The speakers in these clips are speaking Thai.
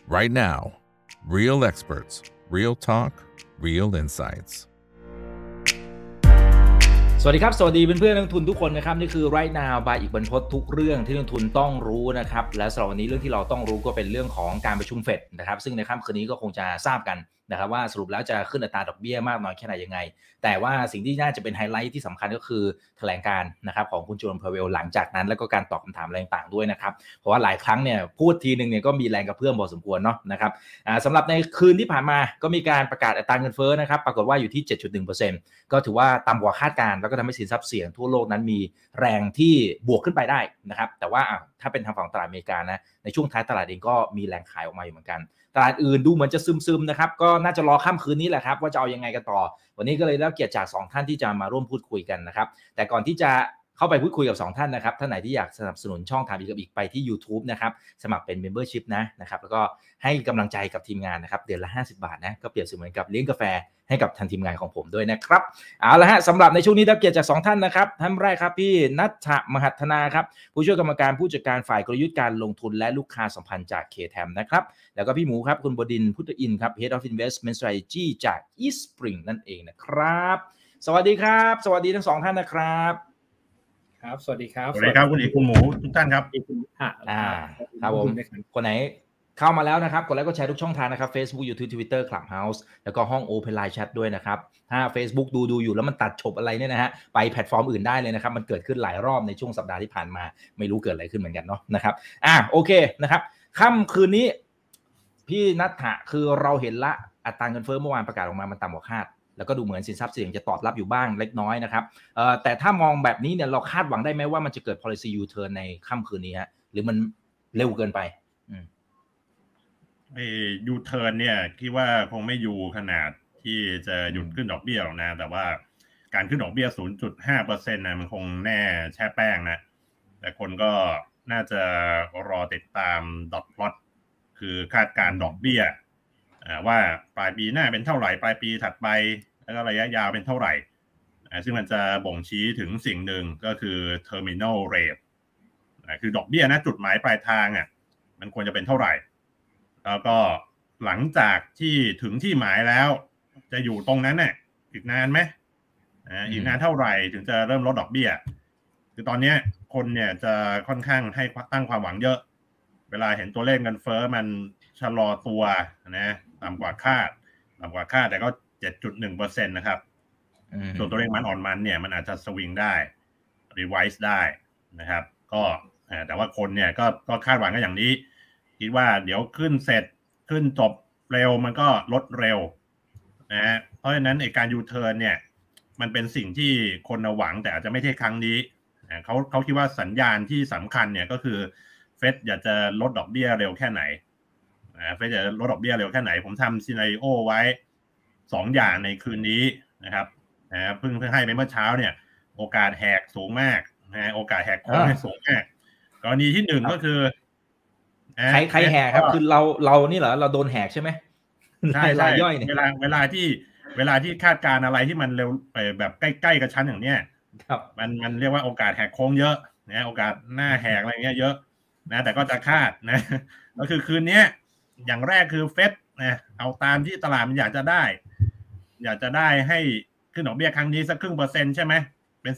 right now. Real experts, real talk, real insights. สวัสดีครับสวัสดีเพื่อนๆนักลงทุนทุกคนนะครับนี่คือ Right Now by อีกบรรพตทุกเรื่องที่นักลงทุนต้องรู้นะครับและสำหรับวันนี้เรื่องที่เราต้องรู้ก็เป็นเรื่องของการประชุมเฟดนะครับซึ่งในค่ำคืนนี้ก็คงจะทราบกันนะครับว่าสรุปแล้วจะขึ้นอัตราดอกเบี้ยมากน้อยแค่ไหนยังไงแต่ว่าสิ่งที่น่าจะเป็นไฮไลท์ที่สำคัญก็คือแถลงการนะครับของคุณโจมพาเวลหลังจากนั้นแล้วก็การตอบคำถามอะไรต่างๆด้วยนะครับเพราะว่าหลายครั้งเนี่ยพูดทีนึงเนี่ยก็มีแรงกระเพื่อมพอสมควรเนาะนะครับสำหรับในคืนที่ผ่านมาก็มีการประกาศอัตราเงินเฟ้อนะครับปรากฏว่าอยู่ที่ 7.1% ก็ถือว่าต่ำกว่าคาดการณ์แล้วก็ทำให้สินทรัพย์เสี่ยงทั่วโลกนั้นมีแรงที่บวกขึ้นไปได้นะครับแต่ว่าถ้าเป็นทางฝั่งตลาดอเมริกานะในช่วงท้ายตลาดเองก็มีแรงขายออกมาอยู่เหมือนกันตลาดอื่นดูเหมือนจะซึมๆนะครับก็น่าจะรอค่ำคืนนี้แหละครับว่าจะเอายังไงกันต่อวันนี้ก็เลยได้รับเกียรติจาก2ท่านที่จะมาร่วมพูดคุยกันนะครับแต่ก่อนที่จะเข้าไปพูดคุยกับ2ท่านนะครับท่านไหนที่อยากสนับสนุนช่องถามอีกกับอีกไปที่ YouTube นะครับสมัครเป็น Membership นะครับแล้วก็ให้กำลังใจกับทีมงานนะครับเดือนละ50 บาทนะก็เปรียบเสมือนกับเลี้ยงกาแฟให้กับทันทีมงานของผมด้วยนะครับเอาละฮะสำหรับในช่วงนี้ได้เกียรติจาก2ท่านนะครับท่านแรกครับพี่ณัฐฐมหัฒนาครับผู้ช่วยกรรมการผู้จัดการฝ่ายกลยุทธ์การลงทุนและลูกค้าสัมพันธ์จาก KTM นะครับแล้วก็พี่หมูครับคุณบดินทร์พุทธอินทร์ครับ Head of Investment Strategy จาก Eastspring นั่นเองนะครับสวัสดีครับสวัสดีทั้ง2ท่านนะครับครับสวัสดีครับสวัสดีครับคุณเอกคุณหมูทุกท่านครับครับผมคนไหนเข้ามาแล้วนะครับกดไลค์กดแชร์ทุกช่องทางนะครับ Facebook YouTube Twitter Clubhouse แล้วก็ห้อง Open Line Chat ด้วยนะครับถ้า Facebook ดูอยู่แล้วมันตัดฉบอะไรเนี่ยนะฮะไปแพลตฟอร์มอื่นได้เลยนะครับมันเกิดขึ้นหลายรอบในช่วงสัปดาห์ที่ผ่านมาไม่รู้เกิดอะไรขึ้นเหมือนกันเนาะนะครับโอเคนะครับค่ำคืนนี้พี่ณัฐฐะคือเราเห็นละอัตราเงินเฟ้อเมื่อวานประกาศออกมามันต่ำกว่าคาดแล้วก็ดูเหมือนสินทรัพย์เสี่ยงจะตอบรับอยู่บ้างเล็กน้อยนะครับแต่ถ้ามองแบบนี้เนี่ยเราคาดหวังได้ไหมว่ามันจะเกิด policy U-turn ในค่ำคืนนี้ฮะหรือมันเร็วเกินไป U-turn เนี่ยคิดว่าคงไม่อยู่ขนาดที่จะหยุดขึ้นดอกเบี้ยหรอกนะแต่ว่าการขึ้นดอกเบี้ย 0.5% นะมันคงแน่แช่แป้งนะแต่คนก็น่าจะรอติดตาม dot plot คือคาดการดอกเบี้ยว่าปลายปีหน้าเป็นเท่าไหร่ปลายปีถัดไปแล้วก็ระยะยาวเป็นเท่าไหร่ซึ่งมันจะบ่งชี้ถึงสิ่งหนึ่งก็คือ terminal rate คือดอกเบี้ยนะจุดหมายปลายทางมันควรจะเป็นเท่าไหร่แล้วก็หลังจากที่ถึงที่หมายแล้วจะอยู่ตรงนั้นน่ะอีกนานไหมอีกนานเท่าไหร่ถึงจะเริ่มลดดอกเบี้ยคือตอนนี้คนเนี่ยจะค่อนข้างให้ตั้งความหวังเยอะเวลาเห็นตัวเลขเงินเฟ้อมันชะลอตัวนะต่ำกว่าคาดแต่ก็ 7.1% นะครับส่วนตัวเลขมันอ่อนมันเนี่ยมันอาจจะสวิงได้รีไวซ์ได้นะครับก็แต่ว่าคนเนี่ยก็คาดหวังกันอย่างนี้คิดว่าเดี๋ยวขึ้นเสร็จขึ้นจบเร็วมันก็ลดเร็วนะฮะเพราะฉะนั้นการยูเทิร์นเนี่ยมันเป็นสิ่งที่คนหวังแต่อาจจะไม่ใช่ครั้งนี้เขาคิดว่าสัญญาณที่สำคัญเนี่ยก็คือเฟดอยากจะลดดอกเบี้ยเร็วแค่ไหนเฟดจะลดดอกเบี้ยเร็วแค่ไหนผมทำซีนาริโอไว้2อย่างในคืนนี้นะครับเพิ่งให้ไปเมื่อเช้าเนี่ยโอกาสแหกสูงมากโอกาสแหกโค้งสูงมากกรณีที่1ก็คือใครแหกครับคือเรานี่เหรอเราโดนแหกใช่ไหมใช่รายย่อยเนี่ยเวลาที่คาดการอะไรที่มันเร็วไปแบบใกล้ๆกับชั้นอย่างเนี้ยครับมันเรียกว่าโอกาสแหกโค้งเยอะนะโอกาสหน้าแหกอะไรเงี้ยเยอะนะแต่ก็จะคาดนะก็คือคืนนี้อย่างแรกคือเฟดนะเอาตามที่ตลาดมันอยากจะได้ให้ขึ้นดอกเบี้ยครั้งนี้สัก0.5%ใช่ไหมเป็น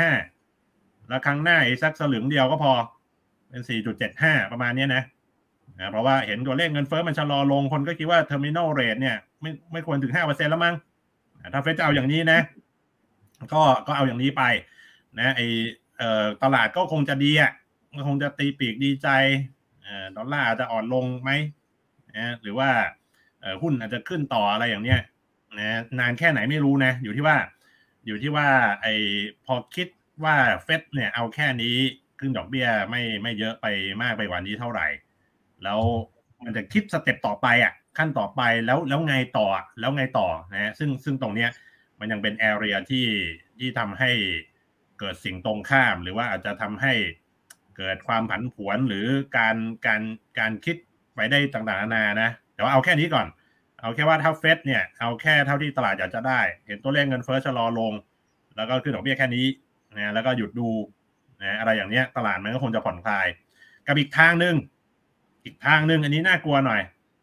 4.5 แล้วครั้งหน้าอีกสักสลึงเดียวก็พอเป็น 4.75 ประมาณนี้นะเพราะว่าเห็นตัวเลขเงินเฟ้อมันชะลอลงคนก็คิดว่า terminal rate เนี่ยไม่ควรถึง 5% แล้วมั้งถ้าเฟดจะเอาอย่างนี้นะก็เอาอย่างนี้ไปนะตลาดก็คงจะดีก็คงจะตีปีกดีใจดอลลาร์จะอ่อนลงไหมหรือว่าหุ้นอาจจะขึ้นต่ออะไรอย่างเนี้ยนะนานแค่ไหนไม่รู้นะอยู่ที่ว่าพอคิดว่าเฟดเนี่ยเอาแค่นี้ขึ้นดอกเบี้ยไม่เยอะไปมากไปกว่านี้เท่าไหร่แล้วมันจะคิดสเต็ปต่อไปขั้นต่อไปแล้วไงต่อนะซึ่งตรงเนี้ยมันยังเป็นแอเรียที่ทำให้เกิดสิ่งตรงข้ามหรือว่าอาจจะทำให้เกิดความผันผวนหรือการคิดไปได้ต่างๆนานานะแต่ว่าเอาแค่นี้ก่อนเอาแค่ว่าถ้าเฟดเนี่ยเอาแค่เท่าที่ตลาดอยากจะได้เห็นตัวเลขเงินเฟ้อชะลอลงแล้วก็ขึ้นดอกเบี้ยแค่นี้นะแล้วก็หยุดดูนะอะไรอย่างเนี้ยตลาดมันก็คงจะผ่อนคลายกับอีกทางนึงอันนี้น่ากลัวหน่อย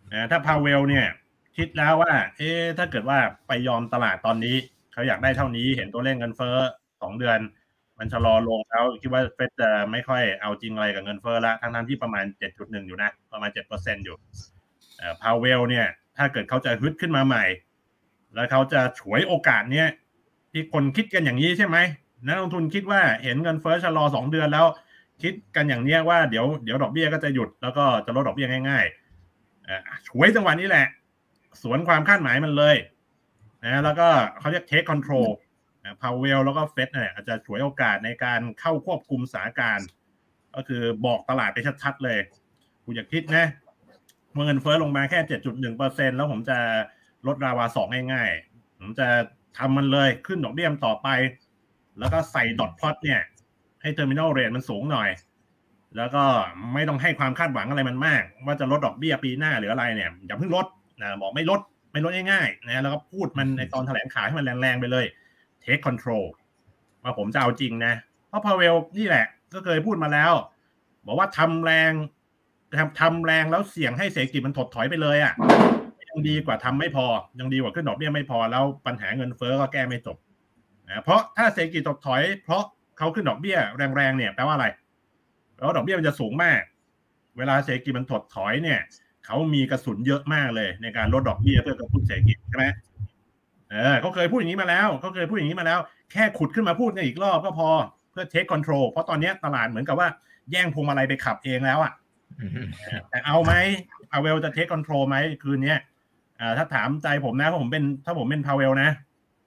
ถ้าพาเวลเนี่ยคิดแล้วว่าถ้าเกิดว่าไปยอมตลาดตอนนี้เขาอยากได้เท่านี้เห็นตัวเลขเงินเฟ้อ2 เดือนมันชะลอลงแล้วคิดว่าเฟดจะไม่ค่อยเอาจริงอะไรกับเงินเฟ้อละทั้งที่ประมาณ 7.1 อยู่นะประมาณ 7% อยู่พาเวลเนี่ยถ้าเกิดเขาจะฮึดขึ้นมาใหม่แล้วเขาจะฉวยโอกาสเนี้ยที่คนคิดกันอย่างนี้ใช่ไหมนักลงทุนคิดว่าเห็นเงินเฟ้อชะลอ2 เดือนแล้วคิดกันอย่างนี้ว่าเดี๋ยวดอกเบี้ยก็จะหยุดแล้วก็จะลดดอกเบี้ยง่ายๆฉวยจังหวะนี้แหละสวนความคาดหมายมันเลยนะแล้วก็เขาเรียก take control พาวเวลแล้วก็เฟดเนี่ยอาจจะฉวยโอกาสในการเข้าควบคุมสถานการณ์ก็คือบอกตลาดไปชัดๆเลยคุณอย่าคิดนะว่าเงินเฟ้อลงมาแค่ 7.1% แล้วผมจะลดราวา2ง่ายๆผมจะทำมันเลยขึ้นดอกเบี้ยต่อไปแล้วก็ใส่ดอทพลอตเนี่ยให้ terminal rate มันสูงหน่อยแล้วก็ไม่ต้องให้ความคาดหวังอะไรมันมากว่าจะลดดอกเบี้ยปีหน้าหรืออะไรเนี่ยอย่าเพิ่งลดนะบอกไม่ลดง่ายๆนะแล้วก็พูดมันในตอนแถลงข่าวให้มันแรงๆไปเลย take control ว่าผมจะเอาจริงนะเพราะพาเวลนี่แหละก็เคยพูดมาแล้วบอกว่าทำแรงแล้วเสี่ยงให้เศรษฐกิจมันถดถอยไปเลยอ่ะยังดีกว่าทำไม่พอยังดีกว่าขึ้นดอกเบี้ยไม่พอแล้วปัญหาเงินเฟ้อก็แก้ไม่จบนะเพราะถ้าเศรษฐกิจถดถอยเพราะเขาขึ้นดอกเบี้ยแรงๆเนี่ยแปลว่าอะไรแล้วดอกเบี้ยมันจะสูงมากเวลาเศรษฐกิจมันถดถอยเนี่ยเขามีกระสุนเยอะมากเลยในการลดดอกเบี้ยเพื่อกระตุ้นเศรษฐกิจใช่ไหมเขาเคยพูดอย่างนี้มาแล้วแค่ขุดขึ้นมาพูดกันอีกรอบก็พอเพื่อ take control เพราะตอนนี้ตลาดเหมือนกับว่าแย่งพวงมาลัยไปขับเองแล้วอ่ะแต่เอาไหมพาเวลจะ take control ไหมคืนนี้ถ้าถามใจผมนะถ้าผมเป็นพาเวลนะ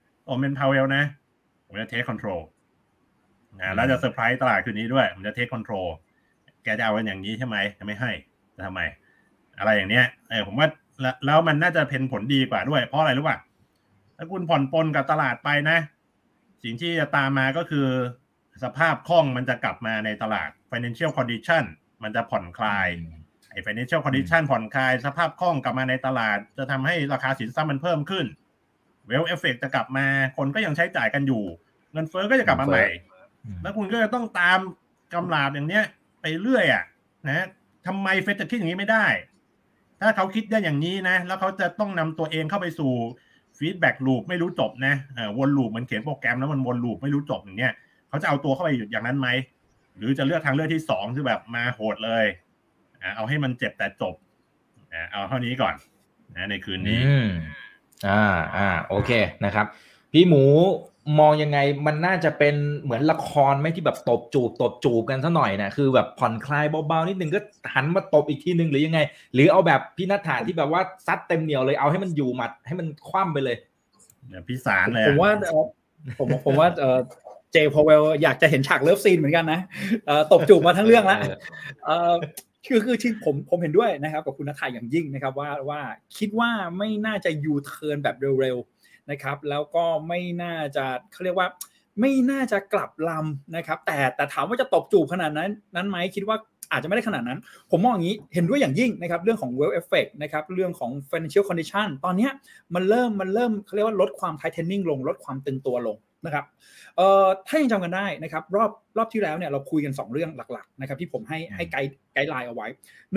ผมจะ take control แล้วจะเซอร์ไพรส์ตลาดคืนนี้ด้วยผมจะ take control แกจะเอากันอย่างนี้ใช่ไหมจะไม่ให้จะทำไมอะไรอย่างเนี้ยผมว่าแล้วมันน่าจะเป็นผลดีกว่าด้วยเพราะอะไรรู้ป่ะถ้าคุณผ่อนปลนกับตลาดไปนะสิ่งที่จะตามมาก็คือสภาพคล่องมันจะกลับมาในตลาด financial condition มันจะผ่อนคลายfinancial condition ผ่อนคลายสภาพคล่องกลับมาในตลาดจะทำให้ราคาสินทรัพย์มันเพิ่มขึ้น wealth effect จะกลับมาคนก็ยังใช้จ่ายกันอยู่เงินเฟ้อก็จะกลับมาใหม่แล้วคุณก็จะต้องตามกำราบอย่างเนี้ยไปเรื่อยนะทำไมเฟดจะคิดอย่างนี้ไม่ได้ถ้าเขาคิดได้อย่างนี้นะแล้วเขาจะต้องนำตัวเองเข้าไปสู่ฟีดแบ็กลูปไม่รู้จบนะวนลูปมันเขียนโปรแกรมแล้วมันวนลูปไม่รู้จบอย่างเนี้ยเขาจะเอาตัวเข้าไปอยู่อย่างนั้นไหมหรือจะเลือกทางเลือกที่2คือแบบมาโหดเลยเอาให้มันเจ็บแต่จบเอาเท่านี้ก่อนนะในคืนนี้โอเคนะครับพี่หมูมองยังไงมันน่าจะเป็นเหมือนละครไหมที่แบบตบจูบกันซะหน่อยนะคือแบบผ่อนคลายเบาๆนิดนึงก็หันมาตบอีกทีนึงหรือยังไงหรือเอาแบบพี่นัทธาที่แบบว่าซัดเต็มเหนียวเลยเอาให้มันอยู่หมัดให้มันคว่ำไปเลยพี่สารเลยผมว่าเจพาวเวลอยากจะเห็นฉากเลิฟซีนเหมือนกันนะตบจูบมาทั้งเรื่องแล้วคือที่ผมเห็นด้วยนะครับกับคุณนัทธาอย่างยิ่งนะครับว่าคิดว่าไม่น่าจะยูเทิร์นแบบเร็วๆนะครับแล้วก็ไม่น่าจะเขาเรียกว่าไม่น่าจะกลับลำนะครับแต่ถามว่าจะตบจูบขนาดนั้นไหมคิดว่าอาจจะไม่ได้ขนาดนั้นผมมองอย่างนี้เห็นด้วยอย่างยิ่งนะครับเรื่องของ wealth effect นะครับเรื่องของ financial condition ตอนนี้มันเริ่มเขาเรียกว่าลดความ tightening ลงลดความตึงตัวลงนะครับถ้ายังจำกันได้นะครับรอบที่แล้วเนี่ยเราคุยกัน2เรื่องหลักๆนะครับที่ผมให้ไกด์ไลน์เอาไว้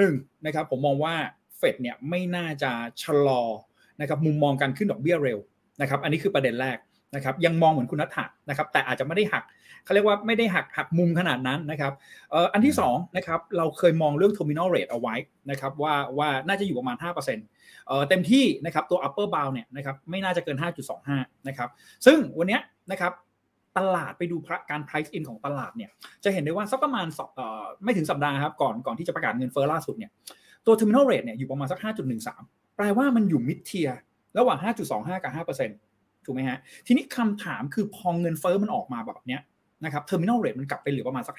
1นะครับผมมองว่าเฟดเนี่ยไม่น่าจะชะลอนะครับมุมมองการขึ้นดอกเบี้ยเร็วนะครับอันนี้คือประเด็นแรกนะครับยังมองเหมือนคุณนัทธานะครับแต่อาจจะไม่ได้หักเขาเรียกว่าไม่ได้หักมุมขนาดนั้นนะครับอันที่2นะครับเราเคยมองเรื่อง terminal rate เอาไว้นะครับว่าน่าจะอยู่ประมาณ 5% เต็มที่นะครับตัว upper bound เนี่ยนะครับไม่น่าจะเกิน 5.25 นะครับซึ่งวันนี้นะครับตลาดไปดูการ price in ของตลาดเนี่ยจะเห็นได้ว่าสักประมาณไม่ถึงสัปดาห์ครับก่อนที่จะประกาศเงินเฟ้อล่าสุดเนี่ยตัว terminal rate เนี่ยอยู่ประมาณสัก 5.13 แปลว่ามันอยู่ mid tier ระหว่าง 5.25 กับ 5%ถูกไหมฮะทีนี้คำถามคือพอเงินเฟ้อมันออกมาแบบนี้นะครับ terminal rate มันกลับไปเหลือประมาณสัก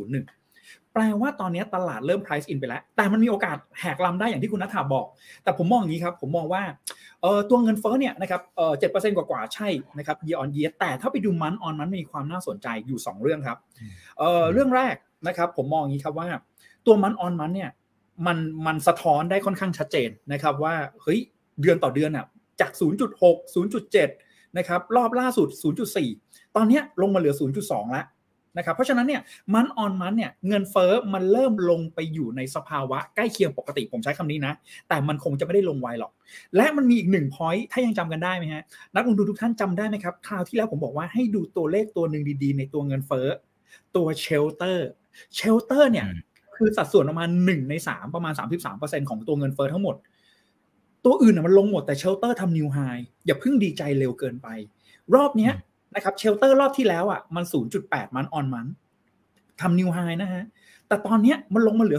5.01 แปลว่าตอนนี้ตลาดเริ่ม price in ไปแล้วแต่มันมีโอกาสแหกลำได้อย่างที่คุณนัทธาบอกแต่ผมมองอย่างนี้ครับผมมองว่าตัวเงินเฟ้อเนี่ยนะครับ7% กว่าใช่นะครับ year on year แต่ถ้าไปดู month on month มีความน่าสนใจอยู่2เรื่องครับเรื่องแรกนะครับผมมองอย่างนี้ครับว่าตัว month on month เนี่ยมันสะท้อนได้ค่อนข้างชัดเจนนะครับว่าเฮ้ยเดือนต่อเดือนอ่ะจาก 0.6 0.7 นะครับรอบล่าสุด 0.4 ตอนนี้ลงมาเหลือ 0.2 แล้วนะครับเพราะฉะนั้นเนี่ยมันออนมันเนี่ยเงินเฟ้อมันเริ่มลงไปอยู่ในสภาวะใกล้เคียงปกติผมใช้คำนี้นะแต่มันคงจะไม่ได้ลงไวหรอกและมันมีอีก1 point ถ้ายังจำกันได้ไหมฮะนักลงทุนทุกท่านจำได้ไหมครับคราวที่แล้วผมบอกว่าให้ดูตัวเลขตัวหนึ่งดีๆในตัวเงินเฟ้อตัวเชลเตอร์เนี่ยคือสัดส่วนประมาณ1 ใน 3ประมาณ 33% ของตัวเงินเฟ้อทั้งหมดตัวอื่นมันลงหมดแต่เชลเตอร์ทำนิวไฮอย่าเพิ่งดีใจเร็วเกินไปรอบนี้นะครับเชลเตอร์รอบที่แล้วอ่ะมัน 0.8 มันออนมันทำนิวไฮนะฮะแต่ตอนนี้มันลงมาเหลือ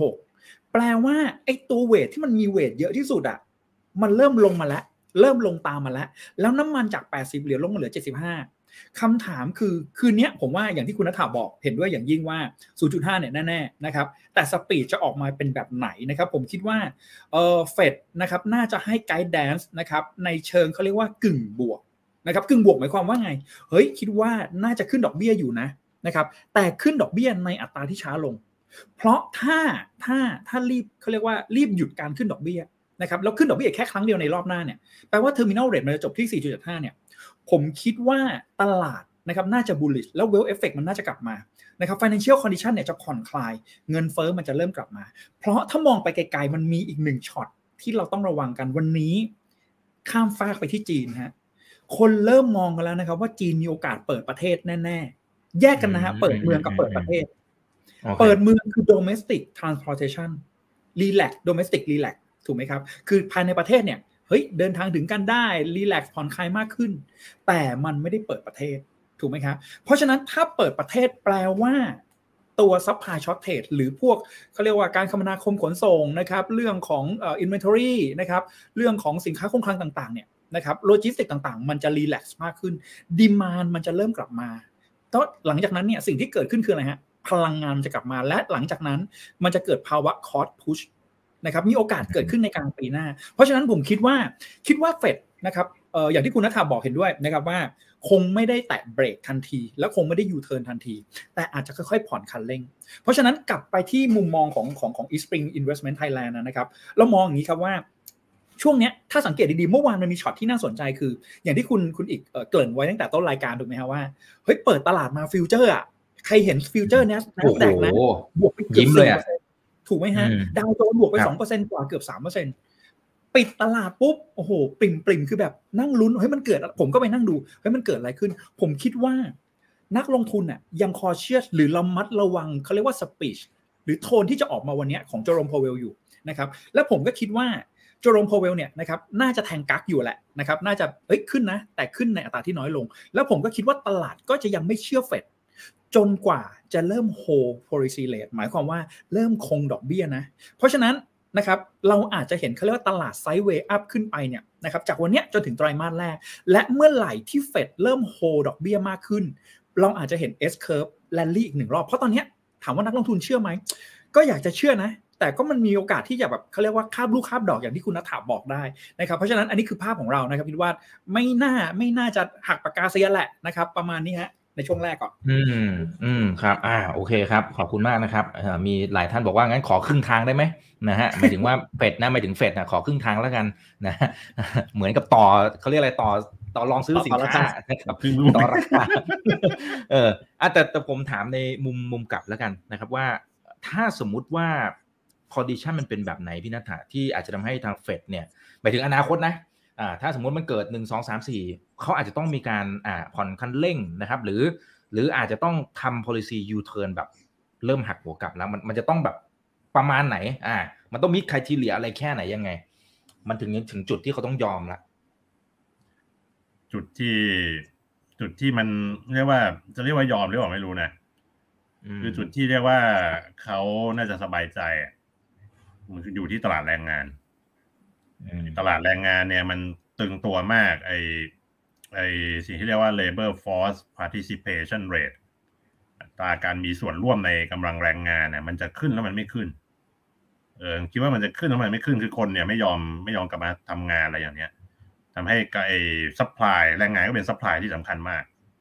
0.6 แปลว่าไอ้ตัวเวทที่มันมีเวทเยอะที่สุดอ่ะมันเริ่มลงมาแล้วเริ่มลงตามมาแล้วน้ำมันจาก80เหลือลงมาเหลือ75คำถามคือคืนนี้ผมว่าอย่างที่คุณณฐาบอกเห็นด้วยอย่างยิ่งว่า 0.5 เนี่ยแน่ๆนะครับแต่สปีดจะออกมาเป็นแบบไหนนะครับผมคิดว่าเฟดนะครับน่าจะให้ไกด์แดนซ์นะครับในเชิงเขาเรียกว่ากึ่งบวกนะครับกึ่งบวกหมายความว่าไงเฮ้ยคิดว่าน่าจะขึ้นดอกเบี้ยอยู่นะครับแต่ขึ้นดอกเบี้ยในอัตราที่ช้าลงเพราะถ้ารีบเขาเรียกว่ารีบหยุดการขึ้นดอกเบี้ยนะครับแล้วขึ้นดอกเบี้ยแค่ครั้งเดียวในรอบหน้าเนี่ยแปลว่า terminal rate มันจะจบที่ 4.75 เนี่ยผมคิดว่าตลาดนะครับน่าจะ bullish แล้ว wealth effect มันน่าจะกลับมานะครับ financial condition เนี่ยจะผ่อนคลายเงินเฟ้อมันจะเริ่มกลับมาเพราะถ้ามองไปไกลๆมันมีอีก1ช็อตที่เราต้องระวังกันวันนี้ข้ามฟากไปที่จีนฮะคนเริ่มมองกันแล้วนะครับว่าจีนมีโอกาสเปิดประเทศแน่ๆแยกกันนะฮะเปิดเมืองกับเปิดประเทศเปิดเมืองคือ domestic transportation relax domestic relax ถูกไหมครับคือภายในประเทศเนี่ยเฮ้ยเดินทางถึงกันได้รีแลกซ์ผ่อนคลายมากขึ้นแต่มันไม่ได้เปิดประเทศถูกไหมครับเพราะฉะนั้นถ้าเปิดประเทศแปลว่าตัว supply shortage หรือพวกเขาเรียกว่าการคมนาคมขนส่งนะครับเรื่องของinventory นะครับเรื่องของสินค้าคงคลังต่างๆเนี่ยนะครับโลจิสติกต่างๆมันจะรีแลกซ์มากขึ้น demand มันจะเริ่มกลับมาก็หลังจากนั้นเนี่ยสิ่งที่เกิดขึ้นคืออะไรฮะพลังงานจะกลับมาและหลังจากนั้นมันจะเกิดภาวะ cost pushนะครับมีโอกาสเกิดขึ้นในกลางปีหน้าเพราะฉะนั้นผมคิดว่าเฟดนะครับอย่างที่คุณณฐาบอกเห็นด้วยนะครับว่าคงไม่ได้แตะเบรกทันทีแล้วคงไม่ได้ยูเทิร์นทันทีแต่อาจจะค่อยๆผ่อนคันเร่งเพราะฉะนั้นกลับไปที่มุมมองของ East Spring Investment Thailand นะครับเรามองอย่างนี้ครับว่าช่วงนี้ถ้าสังเกตดีๆเมื่อวานมันมีช็อตที่น่าสนใจคืออย่างที่คุณอีกเกริ่นไว้ตั้งแต่ต้นรายการถูกไหมครับว่าเฮ้ยเปิดตลาดมาฟิวเจอร์อ่ะใครเห็นฟิวเจอร์เนี่ยแตกนะบวกไปเกือบ10%ถูกไหมฮะดาวโจนส์บวกไป 2% กว่าเกือบ 3% ปิดตลาดปุ๊บโอ้โหปริ่มคือแบบนั่งลุ้นเฮ้ยมันเกิดผมก็ไปนั่งดูเฮ้ยมันเกิดอะไรขึ้นผมคิดว่านักลงทุนน่ะยังคอเชียสหรือระมัดระวังเขาเรียกว่าสปีชหรือโทนที่จะออกมาวันนี้ของเจอโรมพาวเวลอยู่นะครับและผมก็คิดว่าเจอโรมพาวเวลเนี่ยนะครับน่าจะแทงกั๊กอยู่แหละนะครับน่าจะขึ้นนะแต่ขึ้นในอัตราที่น้อยลงแล้วผมก็คิดว่าตลาดก็จะยังไม่เชื่อเฟดจนกว่าจะเริ่ม hold policy rate หมายความว่าเริ่มคงดอกเบี้ยนะเพราะฉะนั้นนะครับเราอาจจะเห็นเขาเรียกว่าตลาดไซด์เวย์อัพขึ้นไปเนี่ยนะครับจากวันนี้จนถึงไตรมาสแรกและเมื่อไหร่ที่เฟดเริ่ม hold ดอกเบี้ยมากขึ้นเราอาจจะเห็น S curve rally อีก1รอบเพราะตอนนี้ถามว่านักลงทุนเชื่อไหมก็อยากจะเชื่อนะแต่ก็มันมีโอกาสที่จะแบบเขาเรียกว่าคาบลูกคาบดอกอย่างที่คุณณฐาบอกได้นะครับเพราะฉะนั้นอันนี้คือภาพของเรานะครับคิดว่าไม่น่าจะหักปากกาเสียแหละนะครับประมาณนี้ฮะในช่วงแรกก่อนครับโอเคครับขอบคุณมากนะครับมีหลายท่านบอกว่างั้นขอครึ่งทางได้ไหมนะฮะหมายถึงว่าเฟดนะหมายถึงเฟดนะขอครึ่งทางแล้วกันนะเหมือนกับต่อเขาเรียกอะไรต่อลองซื้อสินค้านะครับต่อราคาแต่ผมถามในมุมกลับแล้วกันนะครับว่าถ้าสมมุติว่า condition มันเป็นแบบไหนพี่ณฐาที่อาจจะทำให้ทางเฟดเนี่ยหมายถึงอนาคตนะถ้าสมมติมันเกิด1 2 3 4เขาอาจจะต้องมีการผ่อนคันเร่งนะครับหรืออาจจะต้องทำ policy U-turn แบบเริ่มหักหัวกลับแล้วมันจะต้องแบบประมาณไหนมันต้องมี criteria อะไรแค่ไหนยังไงมันถึงจุดที่เขาต้องยอมละจุดที่มันเรียกว่าจะเรียกว่ายอมหรือเปล่าไม่รู้นะคือจุดที่เรียกว่าเขาน่าจะสบายใจมันอยู่ที่ตลาดแรงงานตลาดแรงงานเนี่ยมันตึงตัวมากไอสิ่งที่เรียกว่า labor force participation rate อัตราการมีส่วนร่วมในกำลังแรงงานเนี่ยมันจะขึ้นแล้วมันไม่ขึ้นคิดว่ามันจะขึ้นแล้วมันไม่ขึ้นคือคนเนี่ยไม่ยอมกลับมาทำงานอะไรอย่างเนี้ยทำให้ไอ้ supply แรงงานก็เป็น supply ที่สำคัญมาก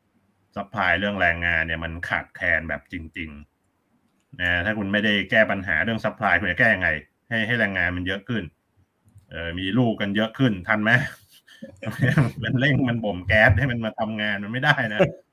supply เรื่องแรงงานเนี่ยมันขาดแคลนแบบจริงๆนะถ้าคุณไม่ได้แก้ปัญหาเรื่อง supply คุณจะแก้ยังไงให้แรงงานมันเยอะขึ้นมีลูกกันเยอะขึ้นทันไหมมันเร่งมันบ่มแก๊สให้มันมาทำงานมันไม่ได้นะ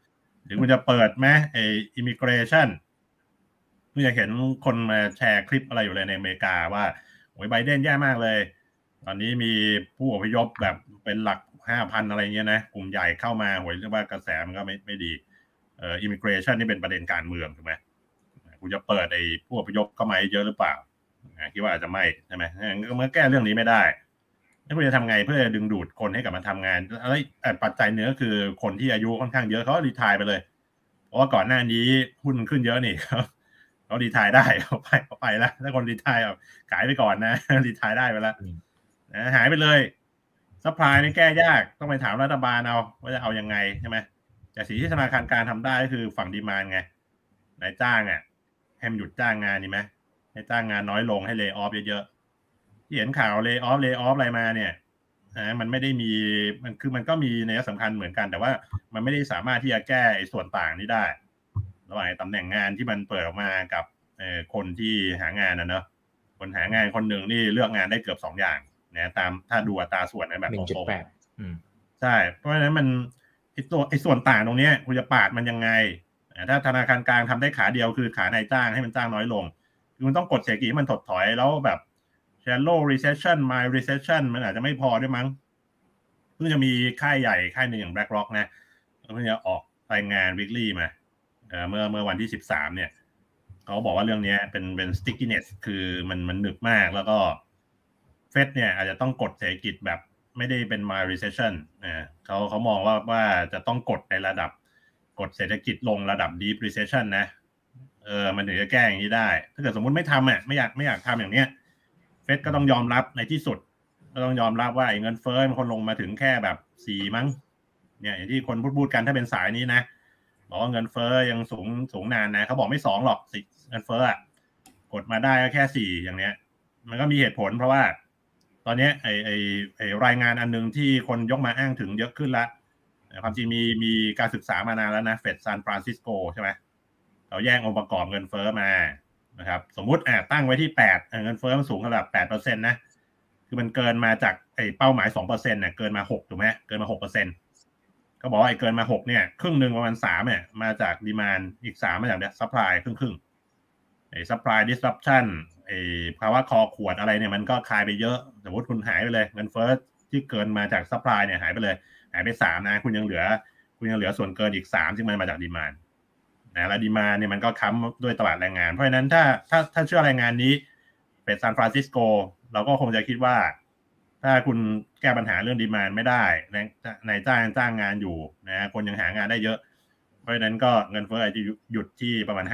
รือคุณจะเปิดไหมไอ้ immigration คุณจะเห็นคนมาแชร์คลิปอะไรอยู่เลยในอเมริกาว่าโอ้ยไบเดนแย่มากเลยตอนนี้มีผู้อพยพแบบเป็นหลัก 5,000 อะไรเงี้ยนะกลุ่มใหญ่เข้ามาโหยเรียกว่ากระแสมันก็ไม่ดีimmigration นี่เป็นประเด็นการเมืองถูกไหมคุณจะเปิดไอ้ผู้อพยพเข้ามาเยอะหรือเปล่าคิดว่าอาจจะไม่ใช่ไหมก็เมื่อแก้เรื่องนี้ไม่ได้แล้วคุณจะทำไงเพื่อดึงดูดคนให้กลับมาทำงานอะไรปัจจัยเนื้อคือคนที่อายุค่อนข้างเยอะเขารีไทร์ไปเลยเพราะว่าก่อนหน้านี้หุ้นขึ้นเยอะนี่เขารีไทร์ได้เขาไปแล้วถ้าคนรีไทร์ขายไปก่อนนะรีไทร์ได้ไปแล้วหายไปเลยซัพพลายนี่แก้ยากต้องไปถามรัฐบาลเอาว่าจะเอายังไงใช่ไหมแต่สิ่งที่ธนาคารกลางทำได้ก็คือฝั่งดีมานด์ไงนายจ้างให้มันหยุดจ้างงานนี่ไหมให้จ้างงานน้อยลงให้เลย์ออฟเยอะๆที่เห็นข่าวเลย์ออฟอะไรมาเนี่ยมันไม่ได้มีมันก็มีนัยสำคัญเหมือนกันแต่ว่ามันไม่ได้สามารถที่จะแก้ไอ้ส่วนต่างนี้ได้ระหว่างตำแหน่งงานที่มันเปิดออกมากับคนที่หางานเนอะคนหางานคนหนึ่งนี่เลือกงานได้เกือบ2อย่างนะตามถ้าดูอัตราส่วนแบบตรงๆใช่เพราะฉะนั้นมันไอ้ส่วนต่างตรงนี้คุณจะปาดมันยังไงถ้าธนาคารกลางทำได้ขาเดียวคือขานายจ้างให้มันจ้างน้อยลงคุณต้องกดเศรษฐกิจให้มันถดถอยแล้วแบบ shallow recession mild recession มันอาจจะไม่พอด้วยมั้งเพิ่งจะมีค่ายใหญ่ค่ายหนึ่งอย่าง BlackRock นะเพิ่งจะออกรายงาน weekly มาเมื่อวันที่13เนี่ยเขาบอกว่าเรื่องนี้เป็น stickiness คือมันหนึบมากแล้วก็เฟดเนี่ยอาจจะต้องกดเศรษฐกิจแบบไม่ได้เป็น mild recession เขามองว่าจะต้องกดในระดับกดเศรษฐกิจลงระดับ deep recession นะมันถึงจะแก้อย่างนี้ได้ถ้าเกิดสมมุติไม่ทำไม่อยากทำอย่างเนี้ยเฟดก็ต้องยอมรับในที่สุดก็ต้องยอมรับว่าเงินเฟ้อมันคนลงมาถึงแค่แบบ4มั้งเนี่ยอย่างที่คนพูดกันถ้าเป็นสายนี้นะบอกว่าเงินเฟ้อยังสูงนานนะเขาบอกไม่2หรอกเงินเฟ้อกดมาได้ก็แค่4อย่างเนี้ยมันก็มีเหตุผลเพราะว่าตอนนี้ไอ้รายงานอันนึงที่คนยกมาอ้างถึงเยอะขึ้นละความจริงมีการศึกษามานานแล้วนะเฟดซานฟรานซิสโกใช่ไหมเราแยกองค์ประกอบเงินเฟ้อมานะครับสมมุติตั้งไว้ที่8เงินเฟ้อมันสูงระดับ 8% นะคือมันเกินมาจากไอ้เป้าหมาย 2% เนี่ยเกินมา6ถูกไหมเกินมา 6% ก็บอกว่าไอ้เกินมา6เนี่ยครึ่งนึงประมาณ3เนี่ยมาจากดีมานด์อีก3มาจากซัพพลายครึ่งไอ้ซัพพลายดิสรัปชั่นไอ้ภาวะคอขวดอะไรเนี่ยมันก็คลายไปเยอะสมมติคุณหายไปเลยเงินเฟ้อที่เกินมาจากซัพพลายเนี่ยหายไปเลยหายไป3นะคุณยังเหลือส่วนเกินอีก3ซึ่งมันมาจากดีมานด์นะและดีมานด์เนี่ยมันก็ค้ำด้วยตลาดแรงงานเพราะฉะนั้นถ้าเชื่อรายงานนี้เป็นซานฟรานซิสโกเราก็คงจะคิดว่าถ้าคุณแก้ปัญหาเรื่องดีมานด์ไม่ได้นายจ้างงานอยู่นะคนยังหางานได้เยอะเพราะฉะนั้นก็เงินเฟ้ออาจจะหยุดที่ประมาณ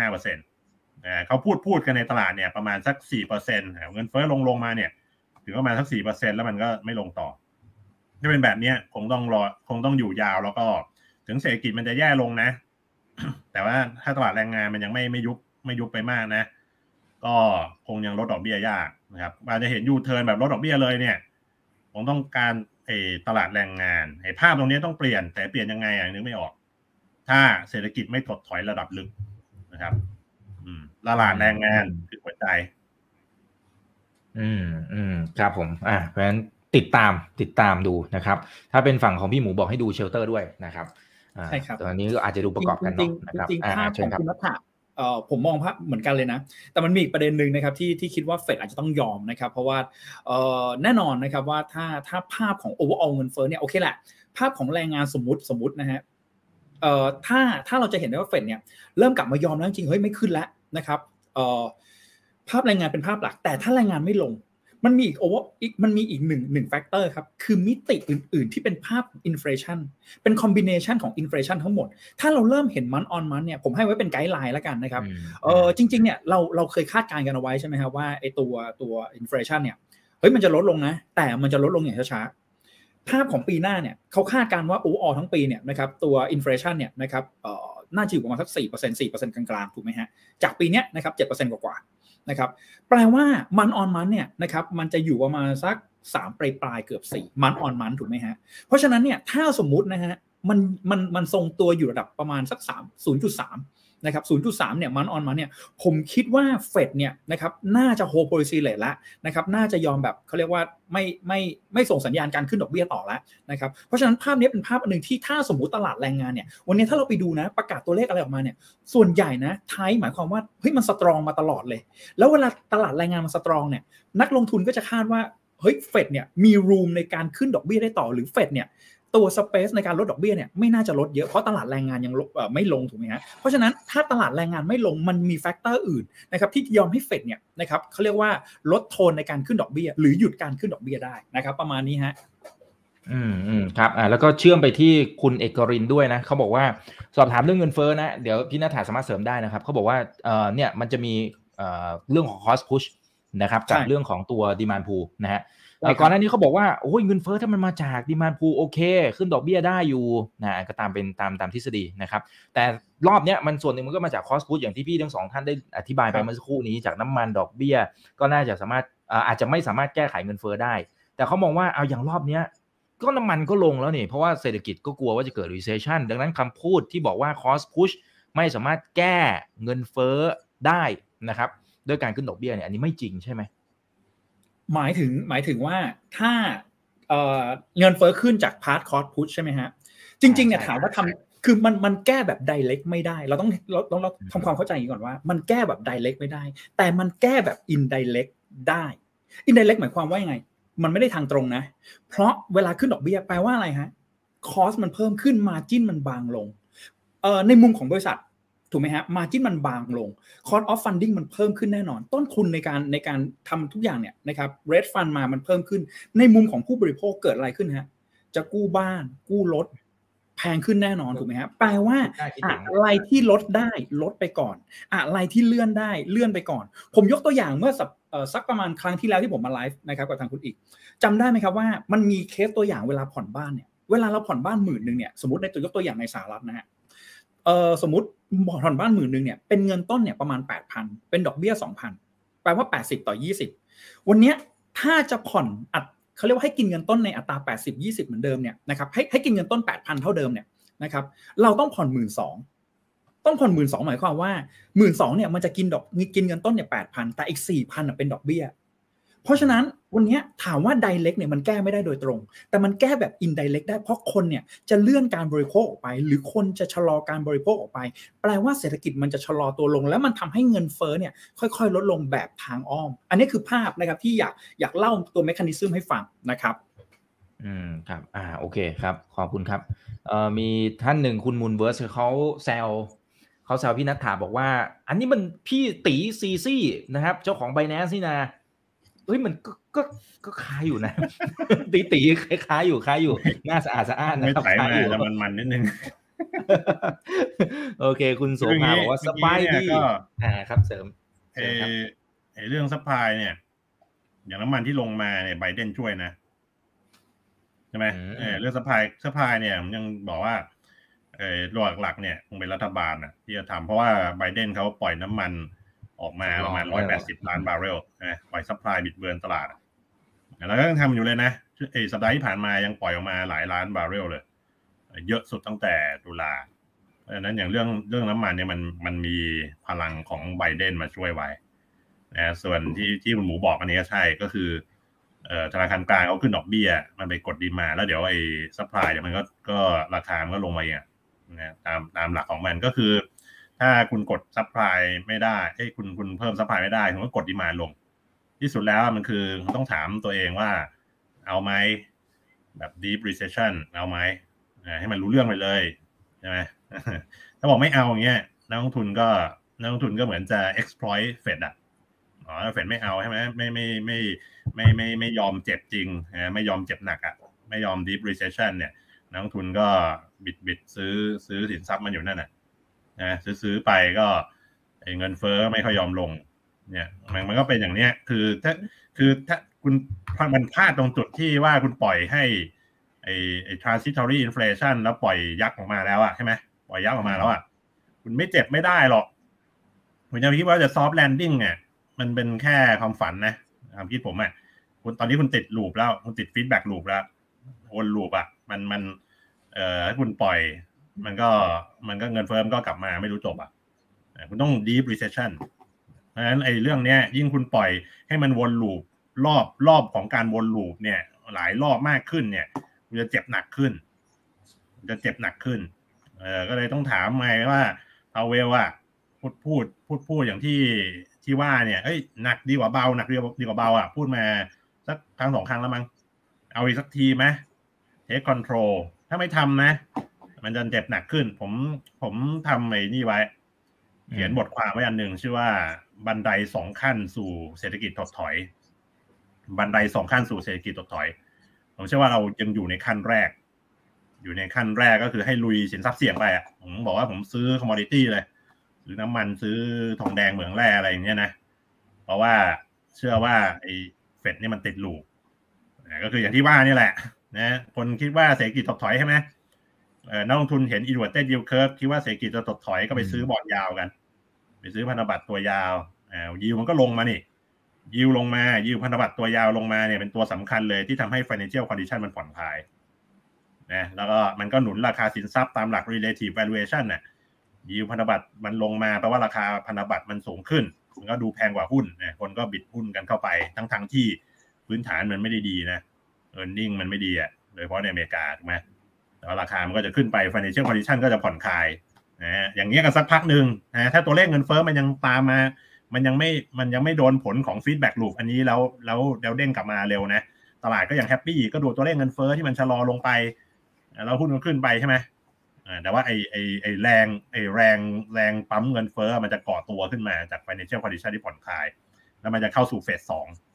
5% เขาพูดกันในตลาดเนี่ยประมาณสัก 4% เงินเฟ้อลงมาเนี่ยถึงประมาณสัก 4% แล้วมันก็ไม่ลงต่อถ้าเป็นแบบนี้คงต้องอยู่ยาวแล้วก็ถึงเศรษฐกิจมันจะแย่ลงนะแต่ว่าถ้าตลาดแรงงานมันยังไม่ยุบไปมากนะก็คงยังลดดอกเบี้ยยากนะครับอาจจะเห็นยูเทิร์นแบบลดดอกเบี้ยเลยเนี่ยคงต้องการตลาดแรงงานภาพตรงนี้ต้องเปลี่ยนแต่เปลี่ยนยังไงนึกไม่ออกถ้าเศรษฐกิจไม่ถดถอยระดับลึกนะครับตลาดแรงงานคือหัวใจครับผมเพราะฉะนั้นติดตามดูนะครับถ้าเป็นฝั่งของพี่หมูบอกให้ดูเชลเตอร์ด้วยนะครับใช่ครับตอนนี้ก็อาจจะดูประกอบกันเนาะนะครับจริงภาพของคุณนัทธะผมมองภาพเหมือนกันเลยนะแต่มันมีอีกประเด็นนึงนะครับที่คิดว่าเฟดอาจจะต้องยอมนะครับเพราะว่าแน่นอนนะครับว่าถ้าภาพของ overall เงินเฟ้อเนี่ยโอเคแหละภาพของแรงงานสมมุตินะฮะถ้าเราจะเห็นได้ว่าเฟดเนี่ยเริ่มกลับมายอมแล้วจริงเฮ้ยไม่ขึ้นแล้วนะครับภาพแรงงานเป็นภาพหลักแต่ถ้าแรงงานไม่ลงมันมีอีกหนึ่งแฟกเตอร์ครับคือมิติอื่นๆที่เป็นภาพอินเฟลชันเป็นคอมบิเนชันของอินเฟลชันทั้งหมดถ้าเราเริ่มเห็นมันออนมันเนี่ยผมให้ไว้เป็นไกด์ไลน์แล้วกันนะครับจริงๆเนี่ยเราเคยคาดการณ์กันเอาไว้ใช่ไหมครับว่าไอ้ตัวอินเฟลชันเนี่ยเฮ้ยมันจะลดลงนะแต่มันจะลดลงอย่างช้าๆภาพของปีหน้าเนี่ยเขาคาดการณ์ว่าทั้งปีเนี่ยนะครับตัวอินเฟลชันเนี่ยนะครับน่าจะอยู่ประมาณสัก 4% กลางๆถูกไหมฮะจากปีนี้นะครับ 7% กว่านะครับแปลว่ามันออนมันเนี่ยนะครับมันจะอยู่ประมาณสัก3ปลายเกือบ4มันออนมันถูกไหมฮะเพราะฉะนั้นเนี่ยถ้าสมมุตินะฮะมันทรงตัวอยู่ระดับประมาณสัก 0.3 นะครับ 0.3 เนี่ยมันออนมาเนี่ยผมคิดว่าเฟดเนี่ยนะครับน่าจะโฮ policy rate แล้วนะครับน่าจะยอมแบบเขาเรียกว่าไม่ส่งสัญญาณการขึ้นดอกเบี้ยต่อแล้วนะครับเพราะฉะนั้นภาพนี้เป็นภาพอันนึงที่ถ้าสมมุติตลาดแรงงานเนี่ยวันนี้ถ้าเราไปดูนะประกาศตัวเลขอะไรออกมาเนี่ยส่วนใหญ่นะไทยหมายความว่าเฮ้ยมันสตรองมาตลอดเลยแล้วเวลาตลาดแรงงานมันสตรองเนี่ยนักลงทุนก็จะคาดว่าเฮ้ยเฟดเนี่ยมีรูมในการขึ้นดอกเบี้ยได้ต่อหรือเฟดเนี่ยตัวสเปซในการลดดอกเบี้ยเนี่ยไม่น่าจะลดเยอะเพราะตลาดแรงงานยังไม่ลงถูกไหมฮะเพราะฉะนั้นถ้าตลาดแรงงานไม่ลงมันมีแฟกเตอร์อื่นนะครับที่ยอมให้เฟดเนี่ยนะครับเขาเรียกว่าลดโทนในการขึ้นดอกเบี้ยหรือหยุดการขึ้นดอกเบี้ยได้นะครับประมาณนี้ฮะครับแล้วก็เชื่อมไปที่คุณเอกรินด้วยนะเขาบอกว่าสอบถามเรื่องเงินเฟ้อนะเดี๋ยวพี่ณฐาสามารถเสริมได้นะครับเขาบอกว่าเนี่ยมันจะมีเรื่องของ cost push นะครับกับเรื่องของตัว demand pull นะฮะก่อนหน้านี้เขาบอกว่าโอ้ยเงินเฟ้อถ้ามันมาจาก demand pull โอเคขึ้นดอกเบี้ยได้อยู่นะก็ตามทฤษฎีนะครับแต่รอบเนี้ยมันส่วนหนึ่งมันก็มาจาก cost push อย่างที่พี่ทั้งสองท่านได้อธิบายไปเมื่อสักครู่นี้จากน้ำมันดอกเบี้ยก็น่าจะสามารถอาจจะไม่สามารถแก้ไขเงินเฟ้อได้แต่เขามองว่าเอาอย่างรอบเนี้ยก็น้ำมันก็ลงแล้วนี่เพราะว่าเศรษฐกิจก็กลัวว่าจะเกิด recession ดังนั้นคำพูดที่บอกว่า cost push ไม่สามารถแก้เงินเฟ้อได้นะครับด้วยการขึ้นดอกเบี้ยเนี่ยอันนี้ไม่จริงใช่ไหมหมายถึงว่าถ้าเงินเฟ้อขึ้นจาก part cost push ใช่ไหมฮะจริงๆเนี่ยถามว่าคือมันแก้แบบ direct ไม่ได้เราต้องทำความเข้าใจอย่างนี้ก่อนว่ามันแก้แบบ direct ไม่ได้แต่มันแก้แบบ indirect ได้ indirect หมายความว่ายังไงมันไม่ได้ทางตรงนะเพราะเวลาขึ้นดอกเบี้ยแปลว่าอะไรฮะ cost มันเพิ่มขึ้น margin มันบางลงในมุมของบริษัทถูกไหมฮะ margin มันบางลง cost of funding มันเพิ่มขึ้นแน่นอนต้นทุนในการทำทุกอย่างเนี่ยนะครับ rate fund มามันเพิ่มขึ้นในมุมของผู้บริโภคเกิดอะไรขึ้นฮะจะกู้บ้านกู้รถแพงขึ้นแน่นอนถูกไหมฮะแปลว่าอะไรที่ลดได้ลดไปก่อนอะไรที่เลื่อนได้เลื่อนไปก่อนผมยกตัวอย่างเมื่อสักประมาณครั้งที่แล้วที่ผมมาไลฟ์นะครับกับทางคุณอีกจำได้ไหมครับว่ามันมีเคสตัวอย่างเวลาผ่อนบ้านเนี่ยเวลาเราผ่อนบ้าน10,000เนี่ยสมมติในตัวยกตัวอย่างในสหรัฐนะฮะสมมติผ่อนบ้าน10,000เนี่ยเป็นเงินต้นเนี่ยประมาณ 8,000 เป็นดอกเบี้ย 2,000 แปลว่า80 ต่อ 20วันนี้ถ้าจะผ่อนเขาเรียกว่าให้กินเงินต้นในอัตรา 80-20 เหมือนเดิมเนี่ยนะครับให้กินเงินต้น 8,000 เท่าเดิมเนี่ยนะครับเราต้องผ่อน 12,000 ต้องผ่อน 12,000 หมายความว่า 12,000 เนี่ยมันจะกินเงินต้นเนี่ย 8,000 แต่อีก 4,000 เป็นดอกเบี้ยเพราะฉะนั้นวันนี้ถามว่า direct เนี่ยมันแก้ไม่ได้โดยตรงแต่มันแก้แบบ indirect ได้เพราะคนเนี่ยจะเลื่อนการบริโภคออกไปหรือคนจะชะลอการบริโภคออกไปแปลว่าเศรษฐกิจมันจะชะลอตัวลงแล้วมันทำให้เงินเฟ้อเนี่ยค่อยๆลดลงแบบทางอ้อมอันนี้คือภาพนะครับที่อยากเล่าตัวเมคานิซึมให้ฟังนะครับครับโอเคครับขอบคุณครับมีท่านหนึ่งคุณมูนเวิร์สเขาแซวพี่ณฐาบอกว่าอันนี้มันพี่ตีซีซี่นะครับเจ้าของ Binance นี่นะเฮ้ยมันก็คล้ายอยู่นะตีคล้ายอยู่หน้าสะอาดนะครับคล้ายอยู่มันนิดนึงโอเคคุณโสภาบอกว่าสบายดีครับเสริมเรื่องซัพพลายเนี่ยอย่างน้ำมันที่ลงมาเนี่ยไบเดนช่วยนะใช่ไหมเรื่องซัพพลายเนี่ยผมยังบอกว่าหลักเนี่ยคงเป็นรัฐบาลนะที่จะทำเพราะว่าไบเดนเขาปล่อยน้ำมันออกมาประมาณ180 ล้านบาร์เรลปล่อยซัพพลายบิดเบือนตลาดแล้วก็ยังทำอยู่เลยนะสัปดาห์ที่ผ่านมายังปล่อยออกมาหลายล้านบาร์เรลเลยเยอะสุดตั้งแต่ตุลาเพราะฉะนั้นอย่างเรื่องน้ำมันเนี่ยมันมีพลังของไบเดนมาช่วยไว้นะส่วนที่คุณหมูบอกอันนี้ก็ใช่ก็คือธนาคารกลางเขาขึ้นดอกเบี้ยมันไปกดดีมาแล้วเดี๋ยวไอ้ซัพพลายเนี่ยมันก็ราคามันก็ลงมาอย่างนะตามหลักของมันก็คือถ้าคุณกดซัพพลายไม่ได้คุณเพิ่มซัพพลายไม่ได้คุณก็กดดีมาลงที่สุดแล้วมันคือต้องถามตัวเองว่าเอาไหมแบบ deep recession เอาไหมให้มันรู้เรื่องไปเลยใช่ไหมถ้าบอกไม่เอาอย่างเงี้ยนักลงทุนก็เหมือนจะ exploit Fed เฟดไม่เอาใช่ไหมไม่ยอมเจ็บจริงไม่ยอมเจ็บหนักไม่ยอม deep recession เนี่ยนักลงทุนก็บิดซื้อสินทรัพย์มันอยู่นั่นนะซื้อไปก็เงินเฟ้อไม่ค่อยยอมลงเนี่ยมันก็เป็นอย่างเนี้ยคือถ้าคุณมันพลาดตรงจุดที่ว่าคุณปล่อยให้ไอ้ transitory inflation แล้วปล่อยยักษ์ออกมาแล้วใช่ไหมปล่อยยักษ์ออกมาแล้วคุณไม่เจ็บไม่ได้หรอกผมยังคิดว่าจะ soft landing เนี่ยมันเป็นแค่ความฝันนะความคิดผมคุณตอนนี้คุณติดลูปแล้วคุณติด feedback loop แล้ววนลูปมันถ้าคุณปล่อยมันก็เงินเฟ้อมันก็กลับมาไม่รู้จบคุณต้อง deep recession เพราะฉะนั้นไอ้เรื่องเนี้ยยิ่งคุณปล่อยให้มันวนลูปรอบของการวนลูปเนี่ยหลายรอบมากขึ้นเนี่ยคุณจะเจ็บหนักขึ้นก็เลยต้องถามไงว่าพาวเวลอะพูดอย่างที่ว่าเนี่ยเอ้ยหนักดีกว่าเบาหนักดีกว่าเบาอ่ะพูดมาสักครั้ง2 ครั้งแล้วมั้งเอาอีกสักทีไหมเทคคอนโทรลถ้าไม่ทำนะมันจะเจ็บหนักขึ้นผมทำไอ้นี่ไว้เขียนบทความไว้อันหนึ่งชื่อว่าบันได2 ขั้นสู่เศรษฐกิจถดถอยบันได2 ขั้นสู่เศรษฐกิจถดถอยผมเชื่อว่าเรายังอยู่ในขั้นแรกก็คือให้ลุยสินทรัพย์เสี่ยงไปอ่ะผมบอกว่าผมซื้อคอมมอดิตี้เลยซื้อน้ำมันซื้อทองแดงเหมืองแร่อะไรอย่างเงี้ยนะเพราะว่าเชื่อว่าไอ้เฟดนี่มันติดลูปก็คืออย่างที่ว่านี่แหละนะคนคิดว่าเศรษฐกิจถดถอยใช่ไหมนักลงทุนเห็น inverted yield curve คิดว่าเศรษฐกิจจะถดถอยก็ไปซื้อบอนด์ยาวกันไปซื้อพันธบัตรตัวยาวยิวมันก็ลงมานี่ยิวลงมายิวพันธบัตรตัวยาวลงมาเนี่ยเป็นตัวสำคัญเลยที่ทำให้ financial condition มันผ่อนคลายนะแล้วก็มันก็หนุนราคาสินทรัพย์ตามหลัก relative valuation น่ะยิวพันธบัตรมันลงมาแปลว่าราคาพันธบัตรมันสูงขึ้นมันก็ดูแพงกว่าหุ้นนะคนก็บิดหุ้นกันเข้าไปทั้งที่พื้นฐานมันไม่ได้ดีนะ earning มันไม่ดีอ่ะโดยเฉพาะในอเมริกาถูกไหมแต่ว่าราคามันก็จะขึ้นไป financial condition ก็จะผ่อนคลายนะอย่างเงี้ยกันสักพักนึงนะถ้าตัวเลขเงินเฟ้อมันยังตามมามันยังไม่โดนผลของ feedback loop อันนี้แล้วเด้งกลับมาเร็วนะตลาดก็ยังแฮปปี้ก็ดูตัวเลขเงินเฟ้อที่มันชะลอลงไปแล้วหุ้นมันขึ้นไปใช่ไหมแต่ว่าไอแรงปั๊มเงินเฟ้อมันจะก่อตัวขึ้นมาจาก financial condition ที่ผ่อนคลายแล้วมันจะเข้าสู่เฟส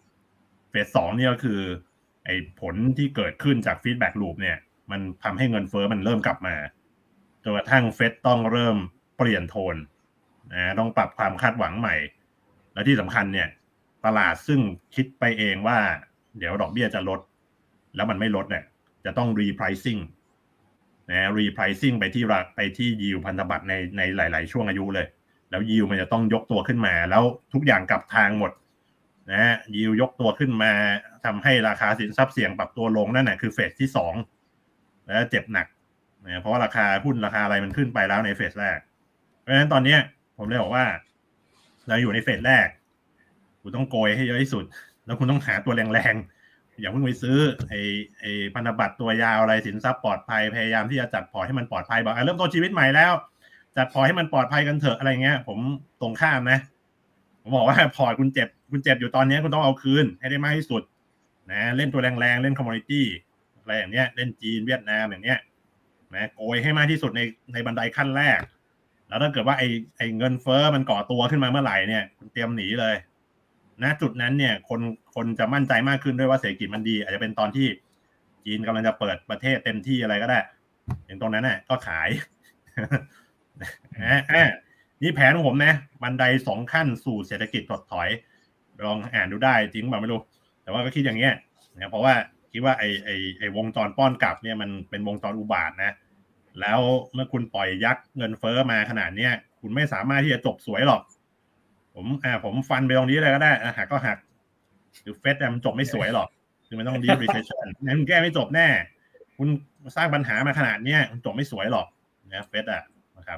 2นี่ก็คือไอผลที่เกิดขึ้นจาก feedback loop เนี่ยมันทำให้เงินเฟ้อมันเริ่มกลับมาจนกระทั่งเฟดต้องเริ่มเปลี่ยนโทนต้องปรับความคาดหวังใหม่และที่สำคัญเนี่ยตลาดซึ่งคิดไปเองว่าเดี๋ยวดอกเบี้ยจะลดแล้วมันไม่ลดเนี่ยจะต้อง repricing repricing ไปที่ yield พันธบัตรในหลายๆช่วงอายุเลยแล้ว yield มันจะต้องยกตัวขึ้นมาแล้วทุกอย่างกลับทางหมดนะyield ยกตัวขึ้นมาทำให้ราคาสินทรัพย์เสี่ยงปรับตัวลงนั่นแหละคือเฟสที่2แล้วเจ็บหนักนะเพราะว่าราคาหุ้นราคาอะไรมันขึ้นไปแล้วในเฟสแรกเพราะฉะนั้นตอนนี้ผมเลยบอกว่าเราอยู่ในเฟสแรกคุณต้องโกยให้เยอะที่สุดแล้วคุณต้องหาตัวแรงๆอย่าเพิ่งไปซื้อไอ้พันธบัตรตัวยาวอะไรสินทรัพย์ปลอดภัยพยายามที่จะจัดพอร์ตให้มันปลอดภัยบอกเริ่มต้นชีวิตใหม่แล้วจัดพอร์ตให้มันปลอดภัยกันเถอะอะไรเงี้ยผมตรงข้ามนะผมบอกว่าพอร์ตคุณเจ็บอยู่ตอนนี้คุณต้องเอาคืนให้ได้มากที่สุดนะเล่นตัวแรงๆเล่นคอมมอดิตี้อะไรอย่างเงี้ยเล่นจีนเวียดนามอย่างเงี้ยนะโกยให้มากที่สุดในบันไดขั้นแรกแล้วถ้าเกิดว่าไอ้เงินเฟ้อมันก่อตัวขึ้นมาเมื่อไหร่เนี่ยคุณเตรียมหนีเลยนะจุดนั้นเนี่ยคนจะมั่นใจมากขึ้นด้วยว่าเศรษฐกิจมันดีอาจจะเป็นตอนที่จีนกำลังจะเปิดประเทศเต็มที่อะไรก็ได้อย่างตรงนั้นน่ะก็ขาย นี่แผนของผมนะบันได2 ขั้นสู่เศรษฐกิจถดถอยลองอ่านดูได้จริงเปล่าไม่รู้แต่ว่าก็คิดอย่างเงี้ยนะเพราะว่าคิดว่าไอ้วงจรป้อนกลับเนี่ยมันเป็นวงจรอุบาทนะแล้วเมื่อคุณปล่อยยักเงินเฟ้อมาขนาดเนี้ยคุณไม่สามารถที่จะจบสวยหรอกผมฟันไปตรงนี้เลยก็ได้หักก็หักหรือเฟสมันจบไม่สวยหรอกคือมันต้องดีรีเซชชั่นงั้นคุณแก้ไม่จบแน่คุณสร้างปัญหามาขนาดเนี้ยมันจบไม่สวยหรอกนะเฟสนะครับ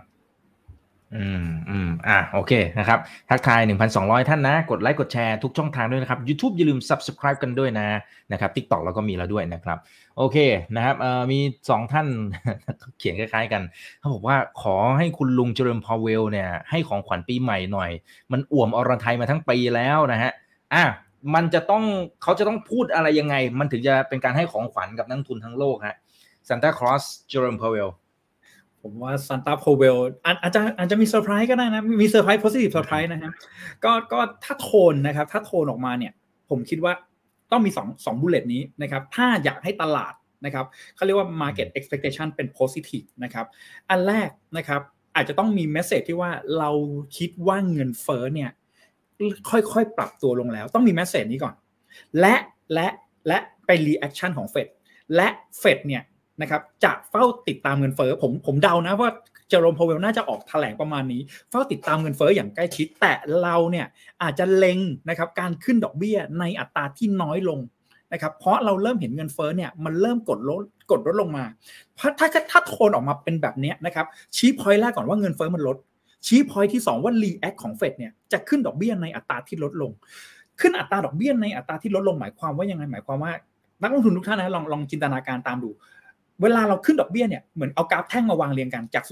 โอเคนะครับทักทาย 1,200 ท่านนะกดไลค์กดแชร์ทุกช่องทางด้วยนะครับ YouTube อย่าลืม Subscribe กันด้วยนะครับ TikTok เราก็มีแล้วด้วยนะครับโอเคนะครับมี2ท่าน เขียนคล้ายๆกันเขาบอกว่าขอให้คุณลุงเจริญพาวเวลเนี่ยให้ของขวัญปีใหม่หน่อยมันอ่วมอรไทยมาทั้งปีแล้วนะฮะเขาจะต้องพูดอะไรยังไงมันถึงจะเป็นการให้ของขวัญกับนักทุนทั้งโลกฮะ Santa Claus เจอร์มพาวเวลผมว่าซันต้าโพเวลอาจจะมีเซอร์ไพรส์ก็ได้นะมีเซอร์ไพรส์ positive เซอร์ไพรส์นะครับก็ถ้าโทนนะครับถ้าโทนออกมาเนี่ยผมคิดว่าต้องมี2บุลเลตนี้นะครับถ้าอยากให้ตลาดนะครับเขาเรียกว่า market expectation เป็น positive นะครับอันแรกนะครับอาจจะต้องมี message ที่ว่าเราคิดว่าเงินเฟ้อเนี่ยค่อยๆปรับตัวลงแล้วต้องมี message นี้ก่อนและไป reaction ของเฟดและเฟดเนี่ยนะครับจะเฝ้าติดตามเงินเฟ้อผมเดานะว่าเจอโรมพาวเวลน่าจะออกแถลงประมาณนี้เฝ้าติดตามเงินเฟ้ออย่างใกล้ชิดแต่เราเนี่ยอาจจะเล็งนะครับการขึ้นดอกเบี้ยในอัตราที่น้อยลงนะครับเพราะเราเริ่มเห็นเงินเฟ้อเนี่ยมันเริ่มกดลดลงมาเพราะถ้าโทนออกมาเป็นแบบนี้นะครับชี้พอยต์แรกก่อนว่าเงินเฟ้อมันลดชี้ point ที่2ว่า react ของเฟดเนี่ยจะขึ้นดอกเบี้ยในอัตราที่ลดลงขึ้นอัตราดอกเบี้ยในอัตราที่ลดลงหมายความว่ายังไงหมายความว่านักลงทุนทุกท่านนะลองจินตนาการตามดูเวลาเราขึ้นดอกเบี้ยเนี่ยเหมือนเอากราฟแท่งมาวางเรียงกันจาก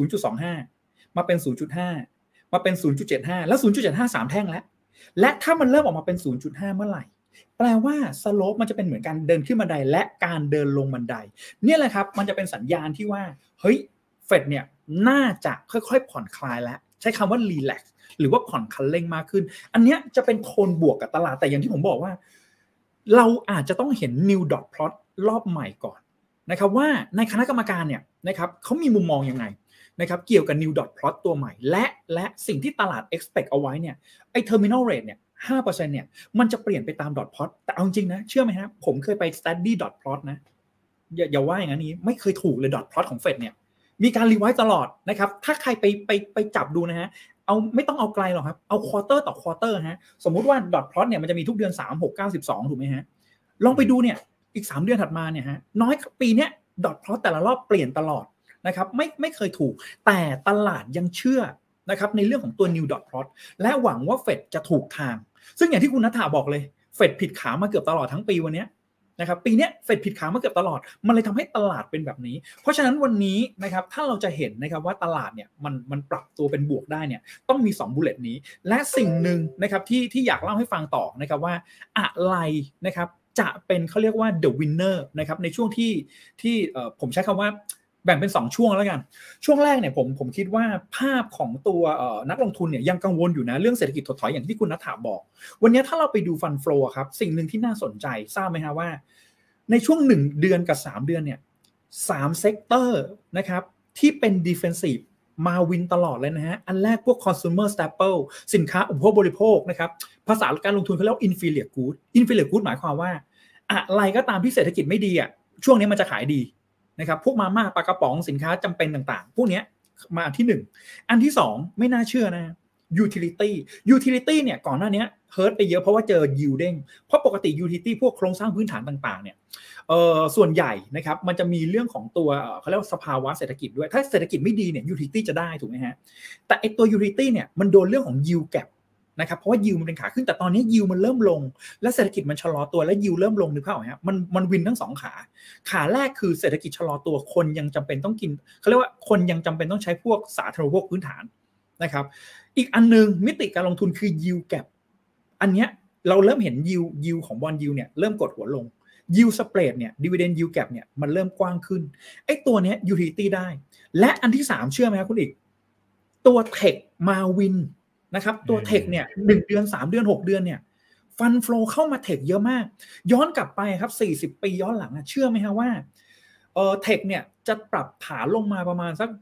0.25 มาเป็น 0.5 มาเป็น 0.75 แล้ว 0.75 3 แท่งแล้วและถ้ามันเริ่มออกมาเป็น 0.5 เมื่อไหร่แปลว่าสโลปมันจะเป็นเหมือนการเดินขึ้นบันไดและการเดินลงบันไดเนี่ยแหละครับมันจะเป็นสัญญาณที่ว่าเฮ้ยเฟดเนี่ยน่าจะค่อยๆผ่อนคลายแล้วใช้คำว่า relax หรือว่าผ่อนคันเร่งมากขึ้นอันเนี้ยจะเป็นโทนบวกกับตลาดแต่อย่างที่ผมบอกว่าเราอาจจะต้องเห็น new dot plot รอบใหม่ก่อนนะครับว่าในคณะกรรมการเนี่ยนะครับเขามีมุมมองยังไงนะครับเกี่ยวกับ new dot plot ตัวใหม่และสิ่งที่ตลาด expect เอาไว้เนี่ยไอ้ terminal rate เนี่ย 5% เนี่ยมันจะเปลี่ยนไปตาม dot plot แต่เอาจริงนะเชื่อไหมครับผมเคยไป study dot plot นะอย่าว่าอย่างนี้ไม่เคยถูกเลย dot plot ของเฟดเนี่ยมีการรีไวซ์ตลอดนะครับถ้าใครไปจับดูนะฮะเอาไม่ต้องเอาไกลหรอกครับเอา quarter ต่อ quarter ฮะสมมุติว่า dot plot เนี่ยมันจะมีทุกเดือน3 6 9 12ถูกไหมฮะลองไปดูเนี่ยอีก3เดือนถัดมาเนี่ยฮะน้อยปีเนี้ย dot plot แต่ละรอบเปลี่ยนตลอดนะครับไม่เคยถูกแต่ตลาดยังเชื่อนะครับในเรื่องของตัว new dot plot และหวังว่าเฟดจะถูกทางซึ่งอย่างที่คุณณัฐาบอกเลยเฟดผิดขามาเกือบตลอดทั้งปีวันนี้นะครับปีนี้เฟดผิดขามาเกือบตลอดมันเลยทำให้ตลาดเป็นแบบนี้เพราะฉะนั้นวันนี้นะครับถ้าเราจะเห็นนะครับว่าตลาดเนี่ยมันปรับตัวเป็นบวกได้เนี่ยต้องมี2บุลเลตนี้และสิ่งหนึ่งนะครับที่อยากเล่าให้ฟังต่อนะครับว่าอะไรนะครับจะเป็นเขาเรียกว่า the winner นะครับในช่วงที่ผมใช้คำว่าแบ่งเป็น2ช่วงแล้วกันช่วงแรกเนี่ยผมคิดว่าภาพของตัวนักลงทุนเนี่ยยังกังวลอยู่นะเรื่องเศรษฐกิจถดถอยอย่างที่คุณณัฐาบอกวันนี้ถ้าเราไปดูฟันโฟลครับสิ่งหนึ่งที่น่าสนใจทราบไหมฮะว่าในช่วง1เดือนกับ3เดือนเนี่ย3เซกเตอร์นะครับที่เป็น defensive มาวินตลอดเลยนะฮะอันแรกพวก consumer staple สินค้าอุปโภคบริโภคนะครับภาษาการลงทุนเขาเรียกว่า inferior good inferior good หมายความว่าอะไรก็ตามที่เศรษฐกิจไม่ดีอ่ะช่วงนี้มันจะขายดีนะครับพวกมาม่าปลากระป๋องสินค้าจำเป็นต่างๆพวกนี้มาอันที่1อันที่2ไม่น่าเชื่อนะ utility เนี่ยก่อนหน้านี้เฮิร์ตไปเยอะเพราะว่าเจอ yielding เพราะปกติ utility พวกโครงสร้างพื้นฐานต่างๆเนี่ยส่วนใหญ่นะครับมันจะมีเรื่องของตัวเขาเรียกว่าสภาวะเศรษฐกิจด้วยถ้าเศรษฐกิจไม่ดีเนี่ย utility จะได้ถูกไหมฮะแต่ไอตัว utility เนี่ยมันโดนเรื่องของ yield gapนะครับเพราะว่ายิวมันเป็นขาขึ้นแต่ตอนนี้ยิวมันเริ่มลงและเศรษฐกิจมันชะลอตัวและยิวเริ่มลงนึกภาพออกไหมครับมันวินทั้ง2ขาแรกคือเศรษฐกิจชะลอตัวคนยังจำเป็นต้องกินเขาเรียกว่าคนยังจำเป็นต้องใช้พวกสาธารณูปโภคพื้นฐานนะครับอีกอันนึงมิติการลงทุนคือยิวแกปอันเนี้ยเราเริ่มเห็นยิวของบอนด์ยิวเนี่ยเริ่มกดหัวลงยิวสเปรดเนี่ยดิวิเดนด์ยิวแกปเนี่ยมันเริ่มกว้างขึ้นไอ้ตัวเนี้ยยูทิลิตี้ได้และอันที่3เชื่อไหมครับคุณอีกตัวเทคมาวินนะครับตัวเทคเนี่ย1เดือน3เดือน6เดือนเนี่ยฟันโฟลเข้ามาเทคเยอะมากย้อนกลับไปครับ40ปีย้อนหลังเชื่อไหมฮะว่าเทคเนี่ยจะปรับฐานลงมาประมาณสัก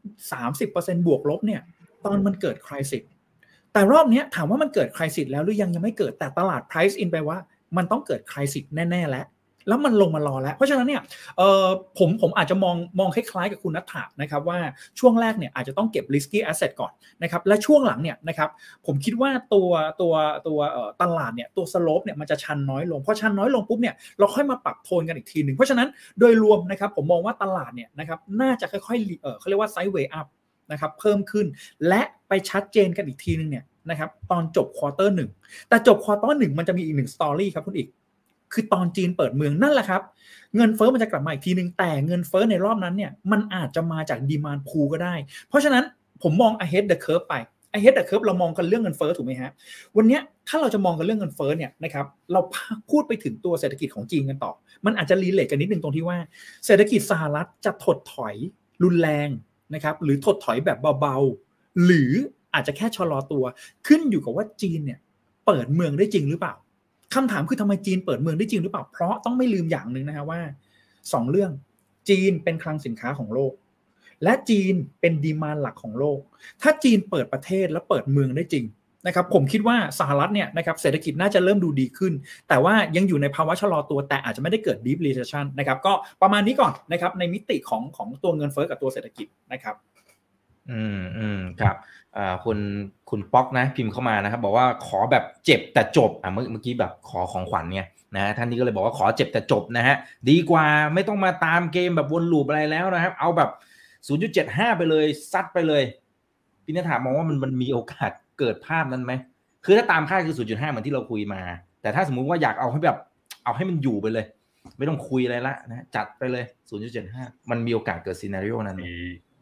30% บวกลบเนี่ยตอนมันเกิดไครซิสแต่รอบนี้ถามว่ามันเกิดไครซิสแล้วหรือยังไม่เกิดแต่ตลาด price in ไปว่ามันต้องเกิดไครซิสแน่ๆแล้วมันลงมารอแล้วเพราะฉะนั้นเนี่ยผมอาจจะมองคล้ายๆกับคุณณัฐานะครับว่าช่วงแรกเนี่ยอาจจะต้องเก็บ risky asset ก่อนนะครับและช่วงหลังเนี่ยนะครับผมคิดว่าตัวตลาดเนี่ยตัว slope เนี่ยมันจะชันน้อยลงพอชันน้อยลงปุ๊บเนี่ยเราค่อยมาปรับโทนกันอีกทีหนึ่งเพราะฉะนั้นโดยรวมนะครับผมมองว่าตลาดเนี่ยนะครับน่าจะค่อยๆเขาเรียกว่า sideway up นะครับเพิ่มขึ้นและไปชัดเจนกันอีกทีนึงเนี่ยนะครับตอนจบควอเตอร์1แต่จบควอเตอร์1มันจะมีอีก1 story ครับคุณอีกคือตอนจีนเปิดเมืองนั่นแหละครับเงินเฟ้อมันจะกลับมาอีกทีนึงแต่เงินเฟ้อในรอบนั้นเนี่ยมันอาจจะมาจากดีมานด์พูลก็ได้เพราะฉะนั้นผมมอง ahead the curve ไป ahead the curve เรามองกันเรื่องเงินเฟ้อถูกไหมฮะวันนี้ถ้าเราจะมองกันเรื่องเงินเฟ้อเนี่ยนะครับเราพูดไปถึงตัวเศรษฐกิจของจีนกันต่อมันอาจจะรีเลทกันนิดนึงตรงที่ว่าเศรษฐกิจสหรัฐจะถดถอยรุนแรงนะครับหรือถดถอยแบบเบาๆหรืออาจจะแค่ชะลอตัวขึ้นอยู่กับว่าจีนเนี่ยเปิดเมืองได้จริงหรือเปล่าคำถามคือทำไมจีนเปิดเมืองได้จริงหรือเปล่าเพราะต้องไม่ลืมอย่างหนึ่งนะฮะว่า2เรื่องจีนเป็นคลังสินค้าของโลกและจีนเป็นดีมานด์หลักของโลกถ้าจีนเปิดประเทศและเปิดเมืองได้จริงนะครับผมคิดว่าสหรัฐเนี่ยนะครับเศรษฐกิจน่าจะเริ่มดูดีขึ้นแต่ว่ายังอยู่ในภาวะชะลอตัวแต่อาจจะไม่ได้เกิด deep recession นะครับก็ประมาณนี้ก่อนนะครับในมิติของตัวเงินเฟ้อกับตัวเศรษฐกิจนะครับครับคุณป๊อกนะพิมพ์เข้ามานะครับบอกว่าขอแบบเจ็บแต่จบเมื่อกี้แบบขอของขวัญไงนะฮะท่านนี้ก็เลยบอกว่าขอเจ็บแต่จบนะฮะดีกว่าไม่ต้องมาตามเกมแบบวนลูปอะไรแล้วนะครับเอาแบบ 0.75 ไปเลยซัดไปเลยพี่ณฐามองว่ามันมีโอกาสเกิดภาพนั้นไหมคือถ้าตามค่าคือ 0.5 เหมือนที่เราคุยมาแต่ถ้าสมมุติว่าอยากเอาให้มันอยู่ไปเลยไม่ต้องคุยอะไรละนะจัดไปเลย 0.75 มันมีโอกาสเกิดซีนาริโอนั้นไหม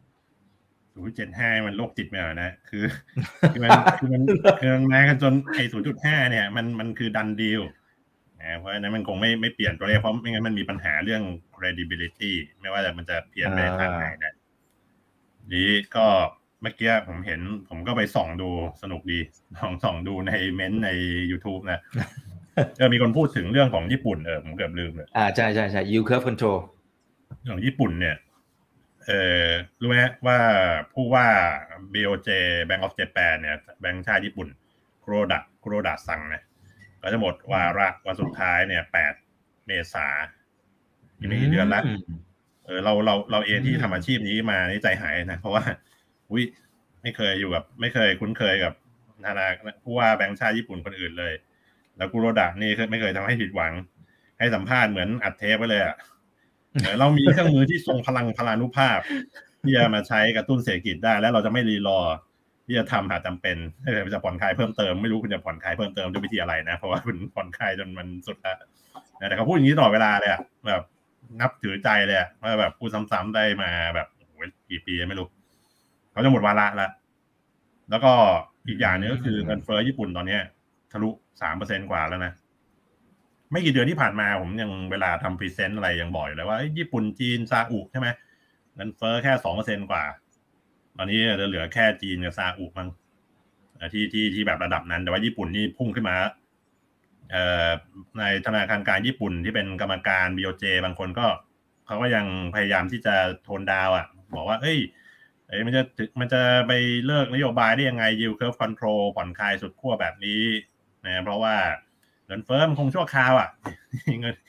0.75 มันโรคจิตไปหน่อยนะคือมันมากันจนไอ้ 0.5 เนี่ยมันคือดันดีลนะเพราะฉะนั้นมันคงไม่เปลี่ยนตัวเลขเพราะไม่งั้นมันมีปัญหาเรื่อง credibility ไม่ว่ามันจะเปลี่ยนไปทางไหนนะนี่ก็เมื่อกี้ผมก็ไปส่องดูสนุกดีส่องดูในเม้นต์ใน YouTube นะมีคนพูดถึงเรื่องของญี่ปุ่นผมเกือบลืมเลยใช่yield curve control ของญี่ปุ่นเนี่ยรู้ไหมว่าผู้ว่า BOJ Bank of Japan เนี่ยแบงก์ชาติญี่ปุ่นคุโรดะซังนะก็จะหมดวาระวันสุดท้ายเนี่ย8 เมษายนไม่กี่เดือนละเราเองที่ทำอาชีพนี้มานี่ใจหายนะเพราะว่าไม่เคยคุ้นเคยกับผู้ว่าแบงก์ชาติญี่ปุ่นคนอื่นเลยแล้วคุโรดะนี่ไม่เคยทำให้ผิดหวังให้สัมภาษณ์เหมือนอัดเทปไว้เลยอ่ะเรามีเครื่องมือที่ทรงพลานุภาพที่จะมาใช้กระตุ้นเศรษฐกิจได้แล้วเราจะไม่รีรอที่จะทำหากจำเป็นถ้าจะผ่อนคลายเพิ่มเติมไม่รู้คุณจะผ่อนคลายเพิ่มเติมด้วยวิธีอะไรนะเพราะว่าคุณผ่อนคลายจนมันสุดแล้วแต่เขาพูดอย่างนี้ตลอดเวลาเลยอ่ะแบบนับถือใจเลยว่าแบบพูดซ้ำๆได้มาแบบกี่ปีไม่รู้เขาจะหมดวาระแล้วก็อีกอย่างนึงก็คือเงินเฟ้อญี่ปุ่นตอนนี้ทะลุ 3% กว่าแล้วนะไม่กี่เดือนที่ผ่านมาผมยังเวลาทำพรีเซนต์อะไรยังบอกอยู่เลยว่าญี่ปุ่นจีนซาอุใช่ไหมเงินเฟ้อแค่ 2% กว่าตอนนี้เหลือแค่จีนกับซาอุมั้งที่แบบระดับนั้นแต่ว่าญี่ปุ่นนี่พุ่งขึ้นมาในธนาคารกลางญี่ปุ่นที่เป็นกรรมการ BOJ บางคนก็เขาก็ยังพยายามที่จะโทนดาวบอกว่ามันจะไปเลิกนโยบายได้ยังไง yield curve control ผ่อนคลายสุดขั้วแบบนี้นะเพราะว่าเงินเฟ้อมันคงชั่วคราวเงิน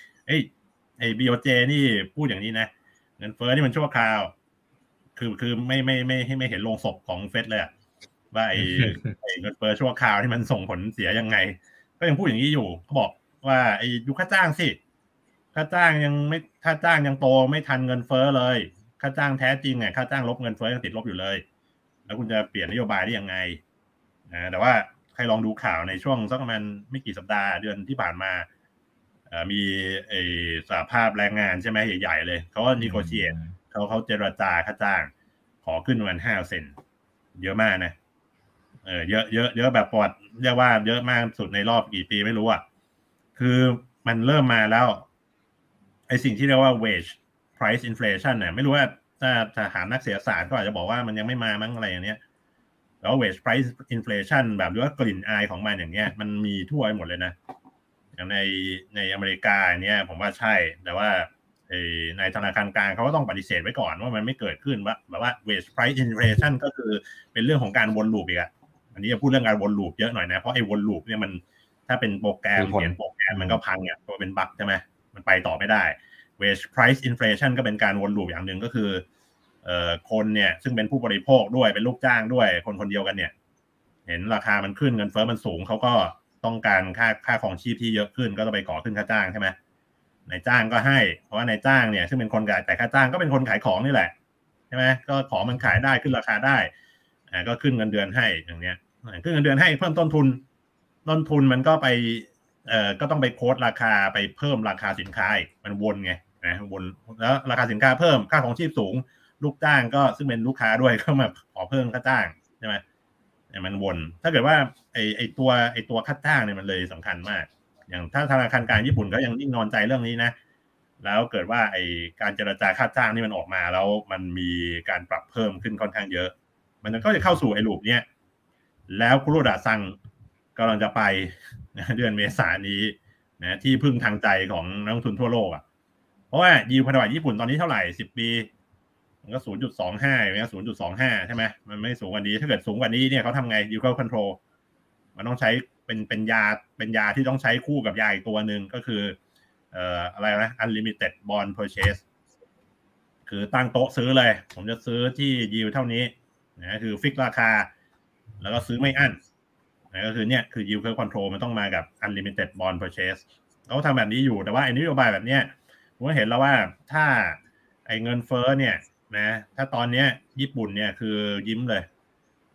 BOJ นี่พูดอย่างนี้นะเงินเฟ้อนี่มันชั่วคราวคือไม่เห็นโลงศพของเฟดเลยว่าไอ้เงินเฟ้อชั่วคราวที่มันส่งผลเสียยังไงก็ยังพูดอย่างนี้อยู่เขาบอกว่าดูค่าจ้างสิค่าจ้างยังโตไม่ทันเงินเฟ้อเลยค่าจ้างแท้จริงค่าจ้างลบเงินเฟ้อยังติดลบอยู่เลยแล้วคุณจะเปลี่ยนนโยบายได้ยังไงแต่ว่าใครลองดูข่าวในช่วงสักประมาณไม่กี่สัปดาห์เดือนที่ผ่านมามีสหภาพแรงงานใช่ไหมใหญ่ๆเลยเขาก็negotiateเขาเจรจาค่าจ้างขอขึ้นประมาณ 5% เยอะมากนะเยอะแบบปอดเรียกว่าเยอะมากสุดในรอบกี่ปีไม่รู้คือมันเริ่มมาแล้วสิ่งที่เรียกว่า wage price inflation เนี่ยไม่รู้ว่าถ้าถามนักเศรษฐศาสตร์ก็อาจจะบอกว่ามันยังไม่มามั้งอะไรอย่างเนี้ยแล้ว wage price inflation แบบหรือว่ากลิ่นอายของมันอย่างเงี้ยมันมีทั่วไปหมดเลยนะอย่างในอเมริกาเนี่ยผมว่าใช่แต่ว่าในธนาคารกลางเขาก็ต้องปฏิเสธไว้ก่อนว่ามันไม่เกิดขึ้นแบบว่า wage price inflation ก็คือเป็นเรื่องของการวนลูปอีกอันนี้จะพูดเรื่องการวนลูปเยอะหน่อยนะเพราะวนลูปเนี่ยมันถ้าเป็นโปรแกรมเขียนโปรแกรมมันก็พังเพราะเป็นบั๊กใช่ไหมมันไปต่อไม่ได้ wage price inflation ก็เป็นการวนลูปอย่างหนึ่งก็คือคนเนี่ยซึ่งเป็นผู้บริโภคด้วยเป็นลูกจ้างด้วยคนเดียวกันเนี่ยเห็นราคามันขึ้นเงินเฟ้อมันสูงเขาก็ต้องการค่าของชีพที่เยอะขึ้นก็ต้องไปก่อขึ้นค่าจ้างใช่ไหมนายจ้างก็ให้เพราะว่านายจ้างเนี่ยซึ่งเป็นคนจ่ายค่าจ้างก็เป็นคนขายของนี่แหละใช่ไหมก็ของมันขายได้ขึ้นราคาได้ก็ขึ้นเงินเดือนให้อย่างเนี้ยขึ้นเงินเดือนให้เพิ่มต้นทุนมันก็ไปก็ต้องไปโค้ดราคาไปเพิ่มราคาสินค้ามันวนไงนะวนแล้วราคาสินค้าเพิ่มค่าของชีพสูงลูกจ้างก็ซึ่งเป็นลูกค้าด้วยก็มาขอเพิ่มค่าจ้างใช่ไหมมันวนถ้าเกิดว่าไอตัวค่าจ้างเนี่ยมันเลยสำคัญมากอย่างถ้าธนาคารกลางญี่ปุ่นก็ยังนิ่งนอนใจเรื่องนี้นะแล้วเกิดว่าการเจรจาค่าจ้างนี่มันออกมาแล้วมันมีการปรับเพิ่มขึ้นค่อนข้างเยอะมันก็จะเข้าสู่ลูปเนี้ยแล้วคุโรดะซังกำลังจะไปเดือนเมษายนนี้นะที่พึ่งทางใจของนักลงทุนทั่วโลกเพราะว่ายิวพันธบัตรญี่ปุ่นตอนนี้เท่าไหร่10 ปีมันก็ 0.25 อย่างเงี้ย 0.25 ใช่ไหมมันไม่สูงกว่านี้ถ้าเกิดสูงกว่านี้เนี่ยเขาทำไง yield curve control มันต้องใช้เป็นยาที่ต้องใช้คู่กับยาอีกตัวหนึ่งก็คืออะไรนะ unlimited bond purchase คือตั้งโต๊ะซื้อเลยผมจะซื้อที่ yield เท่านี้นะคือฟิกราคาแล้วก็ซื้อไม่อั้นนะก็คือเนี่ยคือ yield curve control มันต้องมากับ unlimited bond purchase เขาทำแบบนี้อยู่แต่ว่าไอ้นโยบายแบบเนี้ยผมก็เห็นแล้วว่าถ้าไอ้เงินเฟ้อเนี่ยนะถ้าตอนนี้ญี่ปุ่นเนี่ยคือยิ้มเลย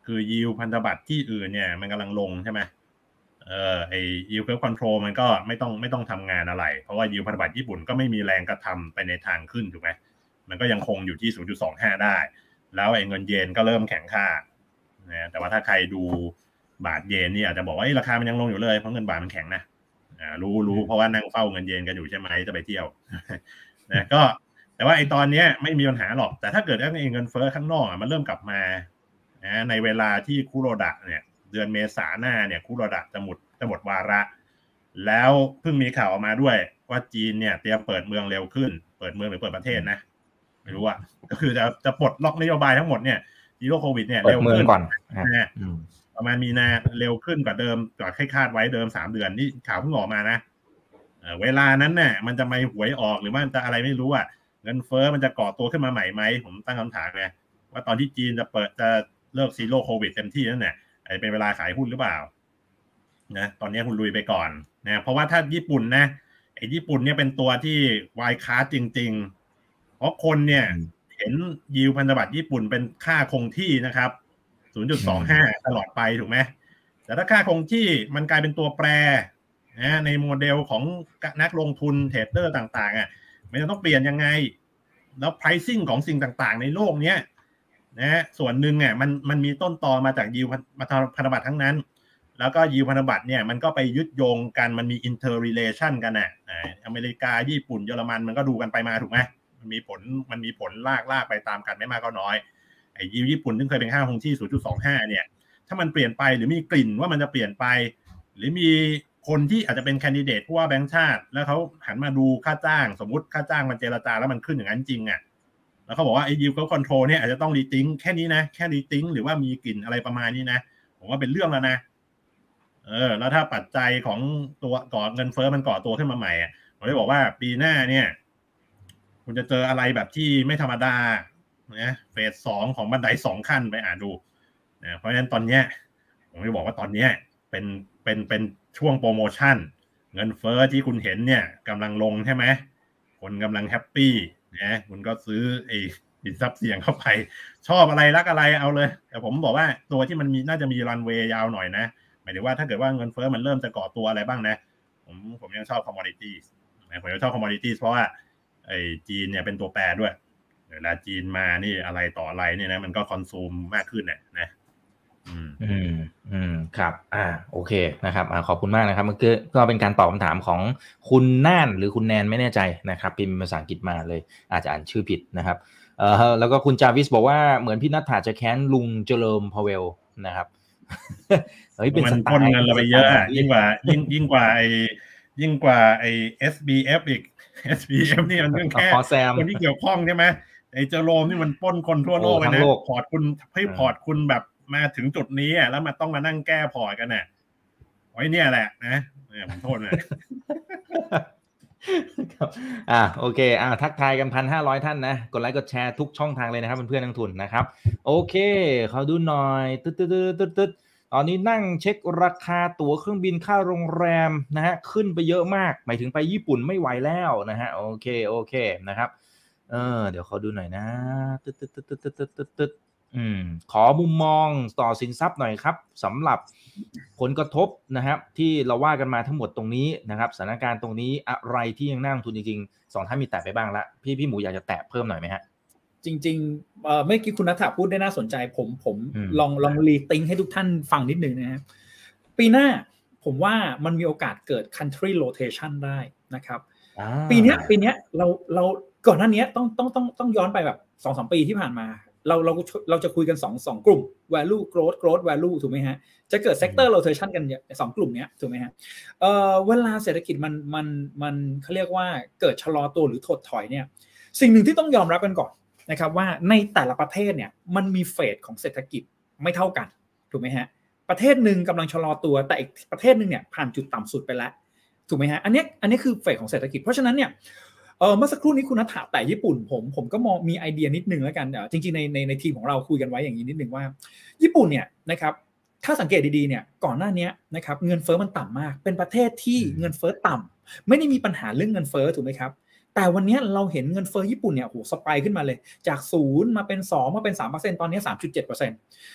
คือยิวพันธบัตรที่อื่นเนี่ยมันกำลังลงใช่ไหมไอ้ yield curve control มันก็ไม่ต้องทำงานอะไรเพราะว่ายิวพันธบัตรญี่ปุ่นก็ไม่มีแรงกระทำไปในทางขึ้นถูกไหมมันก็ยังคงอยู่ที่ 0.25 ได้แล้วไอ้เงินเยนก็เริ่มแข็งค่านะแต่ว่าถ้าใครดูบาทเยนนี่อาจจะบอกว่าราคามันยังลงอยู่เลยเพราะเงินบาทมันแข็งนะรู้เพราะว่านั่งเฝ้าเงินเยนกันอยู่ใช่ไหมจะไปเที่ยวนะก็แต่ว่าไอ้ตอนนี้ไม่มีปัญหาหรอกแต่ถ้าเกิดว่าเงินเฟ้อข้างนอกมันเริ่มกลับมาในเวลาที่คุโรดะเนี่ยเดือนเมษาหน้าเนี่ยคุโรดะจะหมดวาระแล้วเพิ่งมีข่าวออกมาด้วยว่าจีนเนี่ยเตรียมเปิดเมืองเร็วขึ้นเปิดเมืองหรือเปิดประเทศนะไม่รู้อ่ะก็คือจะปลดล็อกนโยบายทั้งหมดเนี่ยซีโร่โควิดเนี่ยเร็วขึ้นก่อนนะประมาณมีนาเร็วขึ้นกว่าเดิมกว่าคาดไว้เดิม3 เดือนนี่ข่าวเพิ่งออกมานะเวลานั้นเนี่ยมันจะไม่หวยออกหรือว่าจะอะไรไม่รู้อ่ะเงินเฟ้อมันจะก่อตัวขึ้นมาใหม่ไหมผมตั้งคำถามไงว่าตอนที่จีนจะเลิกซีโร่โควิดเต็มที่นั่นแหละเป็นเวลาขายหุ้นหรือเปล่านะตอนนี้คุณลุยไปก่อนนะเพราะว่าถ้าญี่ปุ่นนะไอ้ญี่ปุ่นเนี่ยเป็นตัวที่วายคาร์จริงๆเพราะคนเนี่ยเห็นยิวพันธบัตรญี่ปุ่นเป็นค่าคงที่นะครับ 0.25 ตลอดไปถูกไหมแต่ถ้าค่าคงที่มันกลายเป็นตัวแปรนะในโมเดลของนักลงทุนเทรดเดอร์ต่างๆอ่ะมันจะต้องเปลี่ยนยังไงแล้ว pricing ของสิ่งต่างๆในโลกเนี้ยนะส่วนหนึ่งเนี่ยมันมีต้นตอมาจากยิวพันธบัตรทั้งนั้นแล้วก็ยิวพันธบัตรเนี่ยมันก็ไปยึดโยงกันมันมี interrelation กันน่ะอเมริกาญี่ปุ่นเยอรมันมันก็ดูกันไปมาถูกไหมมันมีผลลากไปตามกันไม่มากก็น้อยไอ้ยิวญี่ปุ่นซึ่งเคยเป็นค่าคงที่ 0.25 เนี่ยถ้ามันเปลี่ยนไปหรือมีกลิ่นว่ามันจะเปลี่ยนไปหรือมีคนที่อาจจะเป็นแคนดิเดตผู้ว่าแบงก์ชาติแล้วเขาหันมาดูค่าจ้างสมมุติค่าจ้างมันเจรจาแล้วมันขึ้นอย่างนั้นจริงอ่ะแล้วเขาบอกว่าไอ้ยิวคอนโทรลเนี่ยอาจจะต้องรีทิงแค่นี้นะแค่รีทิงหรือว่ามีกลิ่นอะไรประมาณนี้นะผมว่าเป็นเรื่องแล้วนะแล้วถ้าปัจจัยของตัวก่อเงินเฟ้อมันก่อตัวขึ้นมาใหม่อ่ะผมเลยบอกว่าปีหน้าเนี่ยคุณจะเจออะไรแบบที่ไม่ธรรมดานะเฟส 2ของบันได2 ขั้นไปอ่านดูนะเพราะฉะนั้นตอนเนี้ยผมจะบอกว่าตอนเนี้ยเป็นช่วงโปรโมชั่นเงินเฟ้อที่คุณเห็นเนี่ยกำลังลงใช่ไหมคนกำลังแฮปปี้นะคุณก็ซื้อไอ้สินทรัพย์เสี่ยงเข้าไปชอบอะไรรักอะไรเอาเลยแต่ผมบอกว่าตัวที่มันมีน่าจะมีรันเวย์ยาวหน่อยนะหมายถึงว่าถ้าเกิดว่าเงินเฟ้อมันเริ่มจะก่อตัวอะไรบ้างนะผมยังชอบคอมมอดิตี้ผมยังชอบคอมมอดิตี้เพราะว่าไอ้จีนเนี่ยเป็นตัวแปรด้วยเวลาจีนมานี่อะไรต่ออะไรเนี่ยนะมันก็คอนซูมมากขึ้นเนี่ยนะครับโอเคนะครับขอบคุณมากนะครับมันก็เป็นการตอบคำถามของคุณน่านหรือคุณแนนไม่แน่ใจนะครับพิมพ์ภาษาอังกฤษมาเลยอาจจะอ่านชื่อผิดนะครับแล้วก็คุณจาวิสบอกว่าเหมือนพี่นัทถาจะแค้นลุงเจริญพาเวลนะครับเฮ้ยเป็นสไตล์เงินเราไปเยอะยิ่งกว่าไอ้ SBF อีก SBF นี่มันเรื่องแค่คนที่เกี่ยวข้องใช่ไหมไอ้เจโรมนี่มันปล้นคนทั่วโลกเลยนะพอร์ตคุณแบบมาถึงจุดนี้แล้วมาต้องมานั่งแก้พอร์ตกันเนี่ยไว้เนี่ยแหละนะผมโทษนะโอเคทักทายกัน 1,500 ท่านนะกดไลค์กดแชร์ทุกช่องทางเลยนะครับเพื่อนๆนักทุนนะครับโอเคเขาดูหน่อยตึ๊ดตอนนี้นั่งเช็คราคาตั๋วเครื่องบินค่าโรงแรมนะฮะขึ้นไปเยอะมากหมายถึงไปญี่ปุ่นไม่ไหวแล้วนะฮะโอเคนะครับเดี๋ยวเขาดูหน่อยนะตึ๊ดขอมุมมองต่อสินทรัพย์หน่อยครับสำหรับผลกระทบนะครับที่เราว่ากันมาทั้งหมดตรงนี้นะครับสถานการณ์ตรงนี้อะไรที่ยังน่าลงทุนจริงๆ2ท่านมีแตะไปบ้างละพี่หมูอยากจะแตะเพิ่มหน่อยไหมฮะจริงๆเมื่อกี้คุณณัฐพูดได้น่าสนใจผมลองรีติ้งให้ทุกท่านฟังนิดนึงนะครับปีหน้าผมว่ามันมีโอกาสเกิด country rotation ได้นะครับปีนี้เราก่อนหน้านี้ต้องย้อนไปแบบ 2-3 ปีที่ผ่านมาเราจะคุยกัน2กลุ่ม value growth value ถูกไหมฮะจะเกิด sector rotation กัน2กลุ่มนี้ถูกไหมฮะเวลาเศรษฐกิจมันเขาเรียกว่าเกิดชะลอตัวหรือถดถอยเนี่ยสิ่งหนึ่งที่ต้องยอมรับกันก่อนนะครับว่าในแต่ละประเทศเนี่ยมันมีเฟสของเศรษฐกิจไม่เท่ากันถูกไหมฮะประเทศหนึ่งกำลังชะลอตัวแต่อีกประเทศหนึ่งเนี่ยผ่านจุดต่ำสุดไปแล้วถูกไหมฮะอันนี้คือเฟสของเศรษฐกิจเพราะฉะนั้นเนี่ยเมื่อสักครู่นี้คุณณัฐแต่ญี่ปุ่นผมก็มองมีไอเดียนิดนึงแล้วกันจริงๆในทีมของเราคุยกันไว้อย่างนี้นิดนึงว่าญี่ปุ่นเนี่ยนะครับถ้าสังเกตดีๆเนี่ยก่อนหน้านี้นะครับเงินเฟ้อมันต่ำมากเป็นประเทศที่เงินเฟ้อต่ำไม่ได้มีปัญหาเรื่องเงินเฟ้อถูกไหมครับแต่วันนี้เราเห็นเงินเฟ้อญี่ปุ่นเนี่ยโหสไปค์ขึ้นมาเลยจาก0มาเป็น2มาเป็น 3% ตอนนี้ 3.7%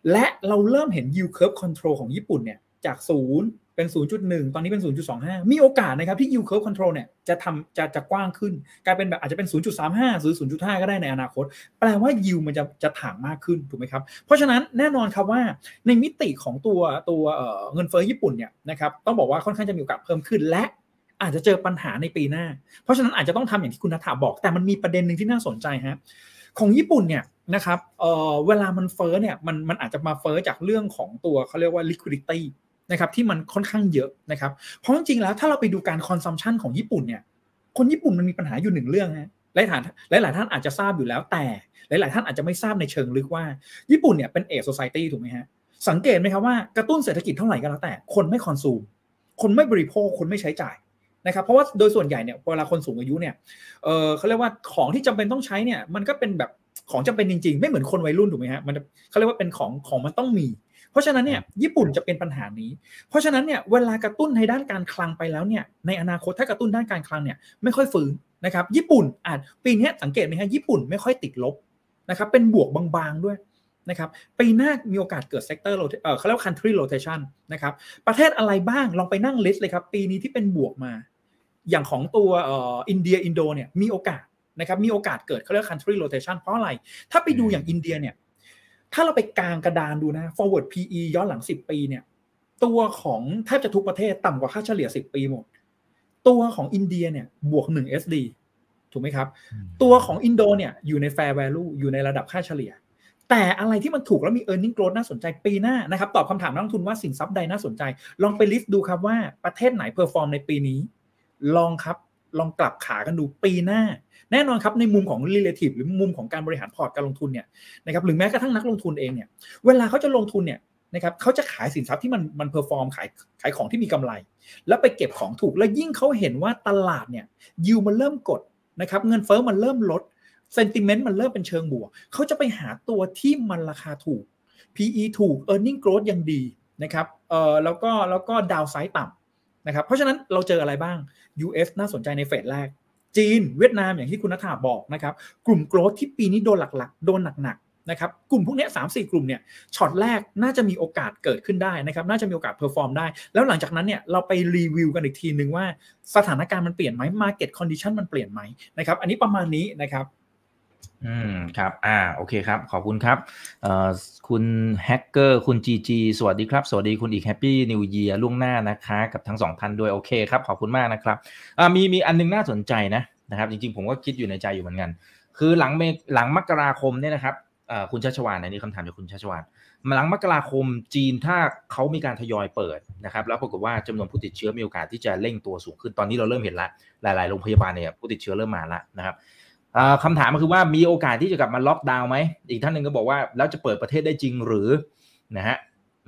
และเราเริ่มเห็น yield curve control ของญี่ปุ่นเนี่ยจาก0เป็น 0.1 ตอนนี้เป็น 0.25 มีโอกาสนะครับที่ yield curve control เนี่ยจะกว้างขึ้นกลายเป็นแบบอาจจะเป็น 0.35 หรือ 0.5 ก็ได้ในอนาคตแปลว่า yield มันจะถ่างมากขึ้นถูกไหมครับเพราะฉะนั้นแน่นอนครับว่าในมิติของตัวเงินเฟ้อญี่ปุ่นเนี่ยนะครับต้องบอกว่าค่อนข้างจะมีโอกาสเพิ่มขึ้นและอาจจะเจอปัญหาในปีหน้าเพราะฉะนั้นอาจจะต้องทำอย่างที่คุณณัฐาบอกแต่มันมีประเด็นนึงที่น่าสนใจฮะของญี่ปุ่นเนี่ยนะครับเวลามันเฟ้อเนี่ยมันอาจจะมาเฟ้อจากเรื่องของตัวเขาเรียกว่า liquidity นะครับที่มันค่อนข้างเยอะนะครับเพราะจริงๆแล้วถ้าเราไปดูการ consumption ของญี่ปุ่นเนี่ยคนญี่ปุ่นมันมีปัญหาอยู่หนึ่งเรื่องฮะหลายท่านอาจจะทราบอยู่แล้วแต่หลายๆท่านอาจจะไม่ทราบในเชิงลึกว่าญี่ปุ่นเนี่ยเป็น age society ถูกไหมฮะสังเกตไหมครับว่ากระตุ้นเศรษฐกิจเท่าไหร่ก็แล้วแต่คนไม่คอนซูมคนไม่บริโภคคนไม่ใช้จ่ายนะครับเพราะว่าโดยส่วนใหญ่เนี่ยเวลาคนสูงอายุเนี่ยเขาเรียกว่าของที่จำเป็นต้องใช้เนี่ยมันก็เป็นแบบของจำเป็นจริงๆไม่เหมือนคนวัยรุ่นถูกไหมฮะมันเขาเรียกว่าเป็นของมันต้องมีเพราะฉะนั้นเนี่ยญี่ปุ่นจะเป็นปัญหานี้เพราะฉะนั้นเนี่ยเวลากระตุ้นในด้านการคลังไปแล้วเนี่ยในอนาคตถ้ากระตุ้นด้านการคลังเนี่ยไม่ค่อยฟื้นนะครับญี่ปุ่นปีนี้สังเกตไหมฮะญี่ปุ่นไม่ค่อยติดลบนะครับเป็นบวกบางๆด้วยนะครับปีหน้ามีโอกาสเกิดเซกเตอร์เขาเรียกว่า country rotation นะครับประเทศอะไรบ้างลองไปนั่งลิสต์เลยครับปีนี้ที่เป็นบวกมาอย่างของตัวอินเดียอินโดเนี่ยมีโอกาสนะครับมีโอกาสเกิดเขาเรียก country rotation เพราะอะไรถ้าไปดูอย่างอินเดียเนี่ยถ้าเราไปกางกระดานดูนะ forward PE ย้อนหลัง10ปีเนี่ยตัวของแทบจะทุกประเทศต่ำกว่าค่าเฉลี่ย10ปีหมดตัวของอินเดียเนี่ยบวก1 SD ถูกไหมครับตัวของอินโดเนี่ยอยู่ใน fair value อยู่ในระดับค่าเฉลี่ยแต่อะไรที่มันถูกแล้วมี earning growth น่าสนใจปีหน้านะครับตอบคำถามนักลงทุนว่าสินทรัพย์ใดน่าสนใจลองไปลิสต์ดูครับว่าประเทศไหนเพอร์ฟอร์มในปีนี้ลองกลับขากันดูปีหน้าแน่นอนครับในมุมของ relative หรือมุมของการบริหารพอร์ตการลงทุนเนี่ยนะครับหรือแม้กระทั่งนักลงทุนเองเนี่ยเวลาเขาจะลงทุนเนี่ยนะครับเขาจะขายสินทรัพย์ที่มันเพอร์ฟอร์มขายของที่มีกำไรแล้วไปเก็บของถูกแล้วยิ่งเขาเห็นว่าตลาดเนี่ยยิวมันเริ่มกดนะครับเงินเฟ้อมันเริ่มลดsentiment มันเริ่มเป็นเชิงบวกเขาจะไปหาตัวที่มันราคาถูก PE ถูก earning growth ยังดีนะครับแล้วก็ downside ต่ำนะครับเพราะฉะนั้นเราเจออะไรบ้าง US น่าสนใจในเฟสแรกจีนเวียดนามอย่างที่คุณณัฐาบอกนะครับกลุ่ม growth ที่ปีนี้โดนหลักๆโดนหนักๆนะครับกลุ่มพวกนี้ 3-4 กลุ่มเนี่ยช็อตแรกน่าจะมีโอกาสเกิดขึ้นได้นะครับน่าจะมีโอกาสเพอร์ฟอร์มได้แล้วหลังจากนั้นเนี่ยเราไปรีวิวกันอีกทีนึงว่าสถานการณ์มันเปลี่ยนไหม market condition มันเปลี่ยนไหมนะครับอันนี้ประมาณนี้นะครับครับโอเคครับขอบคุณครับคุณแฮกเกอร์คุณ GG สวัสดีครับสวัสดีคุณอีก Happy New Year ล่วงหน้านะคะกับทั้ง2ท่านด้วยโอเคครับขอบคุณมากนะครับมีอันนึงน่าสนใจนะครับจริงๆผมก็คิดอยู่ในใจอยู่เหมือนกันคือหลังมกราคมเนี่ยนะครับคุณชัชวาลนี่คำถามจากคุณชัชวาลหลังมกราคมจีนถ้าเขามีการทยอยเปิดนะครับแล้วปรากฏว่าจำนวนผู้ติดเชื้อมีโอกาสที่จะเร่งตัวสูงขึ้นตอนนี้เราเริ่มเห็นแล้วหลายๆโรงพยาบาลเนี่ยผู้ติดเชื้อเริ่มมาแล้วนะครับคำถามก็คือว่ามีโอกาสที่จะกลับมาล็อกดาวน์ไหมอีกท่านหนึ่งก็บอกว่าแล้วจะเปิดประเทศได้จริงหรือนะฮะ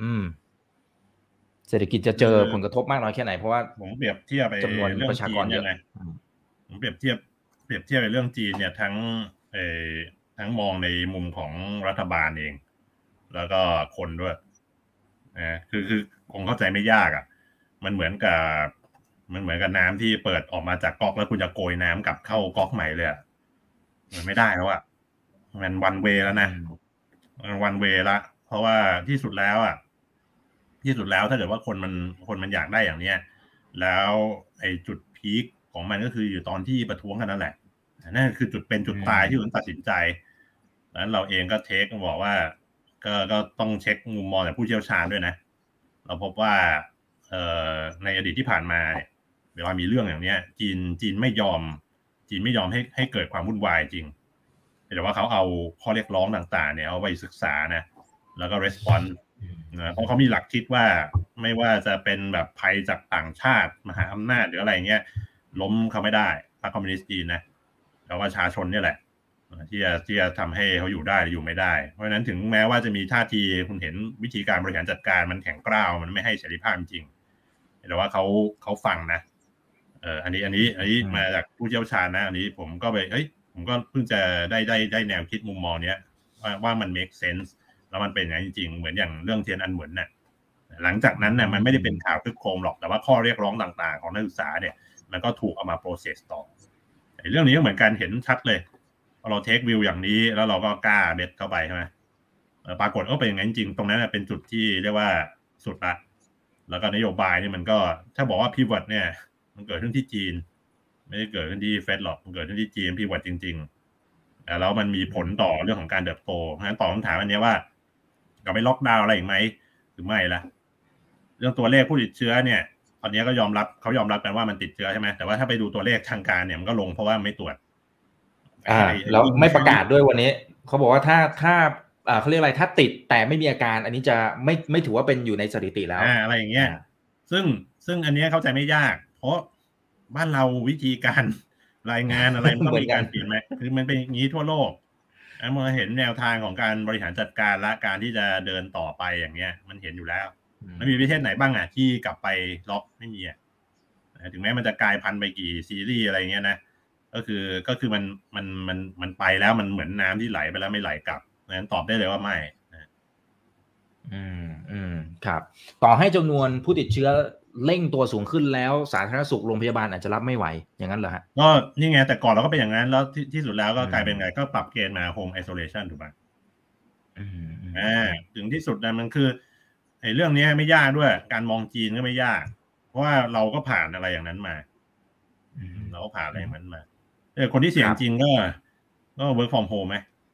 เศรษฐกิจจะเจอผลกระทบมากน้อยแค่ไหนเพราะว่าผมเปรียบเทียบไปจำนวนประชากรเยอะผมเปรียบเทียบในเรื่องจีนเนี่ยทั้งมองในมุมของรัฐบาลเองแล้วก็คนด้วยคือคงเข้าใจไม่ยากอ่ะมันเหมือนกับน้ำที่เปิดออกมาจากก๊อกแล้วคุณจะโกยน้ำกลับเข้าก๊อกใหม่เลยอ่ะมันไม่ได้แล้วอ่ะมันวันเวย์แล้วนะมันวันเวย์ละเพราะว่าที่สุดแล้วถ้าเกิดว่าคนมันอยากได้อย่างเนี้ยแล้วไอ้จุดพีคของมันก็คืออยู่ตอนที่ประท้วงกันนั่นแหละนั่นคือจุดตายที่ผมตัดสินใจแล้วเราเองก็เทคบอกว่าก็ต้องเช็คมุมมองจากผู้เชี่ยวชาญด้วยนะเราพบว่าในอดีตที่ผ่านมาเวลามีเรื่องอย่างเนี้ยจีนไม่ยอมให้เกิดความวุ่นวายจริงแต่ว่าเขาเอาข้อเรียกร้องต่างๆเนี่ยเอาไปศึกษานะแล้วก็ response นะเพราะเขามีหลักคิดว่าไม่ว่าจะเป็นแบบภัยจากต่างชาติมหาอำนาจหรืออะไรเงี้ยล้มเขาไม่ได้พรรคคอมมิวนิสต์จีนนะแต่ว่าประชาชนเนี่ยแหละที่จะทำให้เขาอยู่ได้หรืออยู่ไม่ได้เพราะฉะนั้นถึงแม้ว่าจะมีท่าทีคุณเห็นวิธีการบริหารจัดการมันแข็งกร้าวมันไม่ให้เสรีภาพจริงแต่ว่าเขาฟังนะอันนี้มาจากผู้เชี่ยวชาญนะอันนี้ผมก็ผมก็เพิ่งจะได้แนวคิดมุมมองเนี้ยว่ามัน make sense แล้วมันเป็นอย่างนั้นจริงๆเหมือนอย่างเรื่องเทียนอันเหมือนน่ะหลังจากนั้นน่ะมันไม่ได้เป็นข่าวคึกโครมหรอกแต่ว่าข้อเรียกร้องต่างๆของนักศึกษาเนี่ยมันก็ถูกเอามา process ต่อเรื่องนี้ก็เหมือนกันเห็นชัดเลยพอเราเทควิวอย่างนี้แล้วเราก็กล้าเบ็ดเข้าไปใช่ไหมปรากฏก็เป็นอย่างนั้นจริงตรงนั้นเป็นจุดที่เรียกว่าสุดละแล้วก็นโยบายนี่มันก็ถ้าบอกว่าพีวอตเนี่ยมันเกิดขึ้นที่จีนไม่ได้เกิดขึ้นที่เฟดหรอกมันเกิดขึ้นที่จีนพีวอตจริงๆแล้วมันมีผลต่อเรื่องของการเติบโตงั้นตอบคำถามอันนี้ว่าจะไปล็อกดาวน์อะไรอีกไหมหรือไม่ละเรื่องตัวเลขผู้ติดเชื้อเนี่ยตอนนี้ก็เขายอมรับกันว่ามันติดเชื้อใช่ไหมแต่ว่าถ้าไปดูตัวเลขทางการเนี่ยมันก็ลงเพราะว่าไม่ตรวจแล้วไม่ประกาศด้วยวันนี้เขาบอกว่าถ้าเขาเรียกอะไรถ้าติดแต่ไม่มีอาการอันนี้จะไม่ถือว่าเป็นอยู่ในสถิติแล้วอะไรอย่างเงี้ยซึ่งอันนี้เข้าใจไม่ยากเพราะบ้านเราวิธีการรายงานอะไรมันต้องมีการเปลี่ยนไหมคือมันเป็นอย่างนี้ทั่วโลกเมื่อเห็นแนวทางของการบริหารจัดการและการที่จะเดินต่อไปอย่างเงี้ยมันเห็นอยู่แล้วมันมีประเทศไหนบ้างที่กลับไปล็อกไม่มีถึงแม้มันจะกลายพันธุ์ไปกี่ซีรีส์อะไรเงี้ยนะก็คือมันไปแล้วมันเหมือนน้ำที่ไหลไปแล้วไม่ไหลกลับนั้นตอบได้เลยว่าไม่ครับต่อให้จำนวนผู้ติดเชื้อเร่งตัวสูงขึ้นแล้วสาธารณสุขโรงพยาบาลอาจจะรับไม่ไหวอย่างนั้นเหรอฮะก็นี่ไงแต่ก่อนเราก็เป็นอย่างนั้นแล้วที่สุดแล้วก็กลายเป็นไงก็ปรับเกณฑ์มา home isolation ถูกป่ะถึงที่สุดนะมันคือไอ้เรื่องนี้ไม่ยากด้วยการมองจีนก็ไม่ยากเพราะว่าเราก็ผ่านอะไรอย่างนั้นมาเราก็ผ่านอะไรอย่างนั้นมาคนที่เสี่ยงจริงก็ work from home ไหม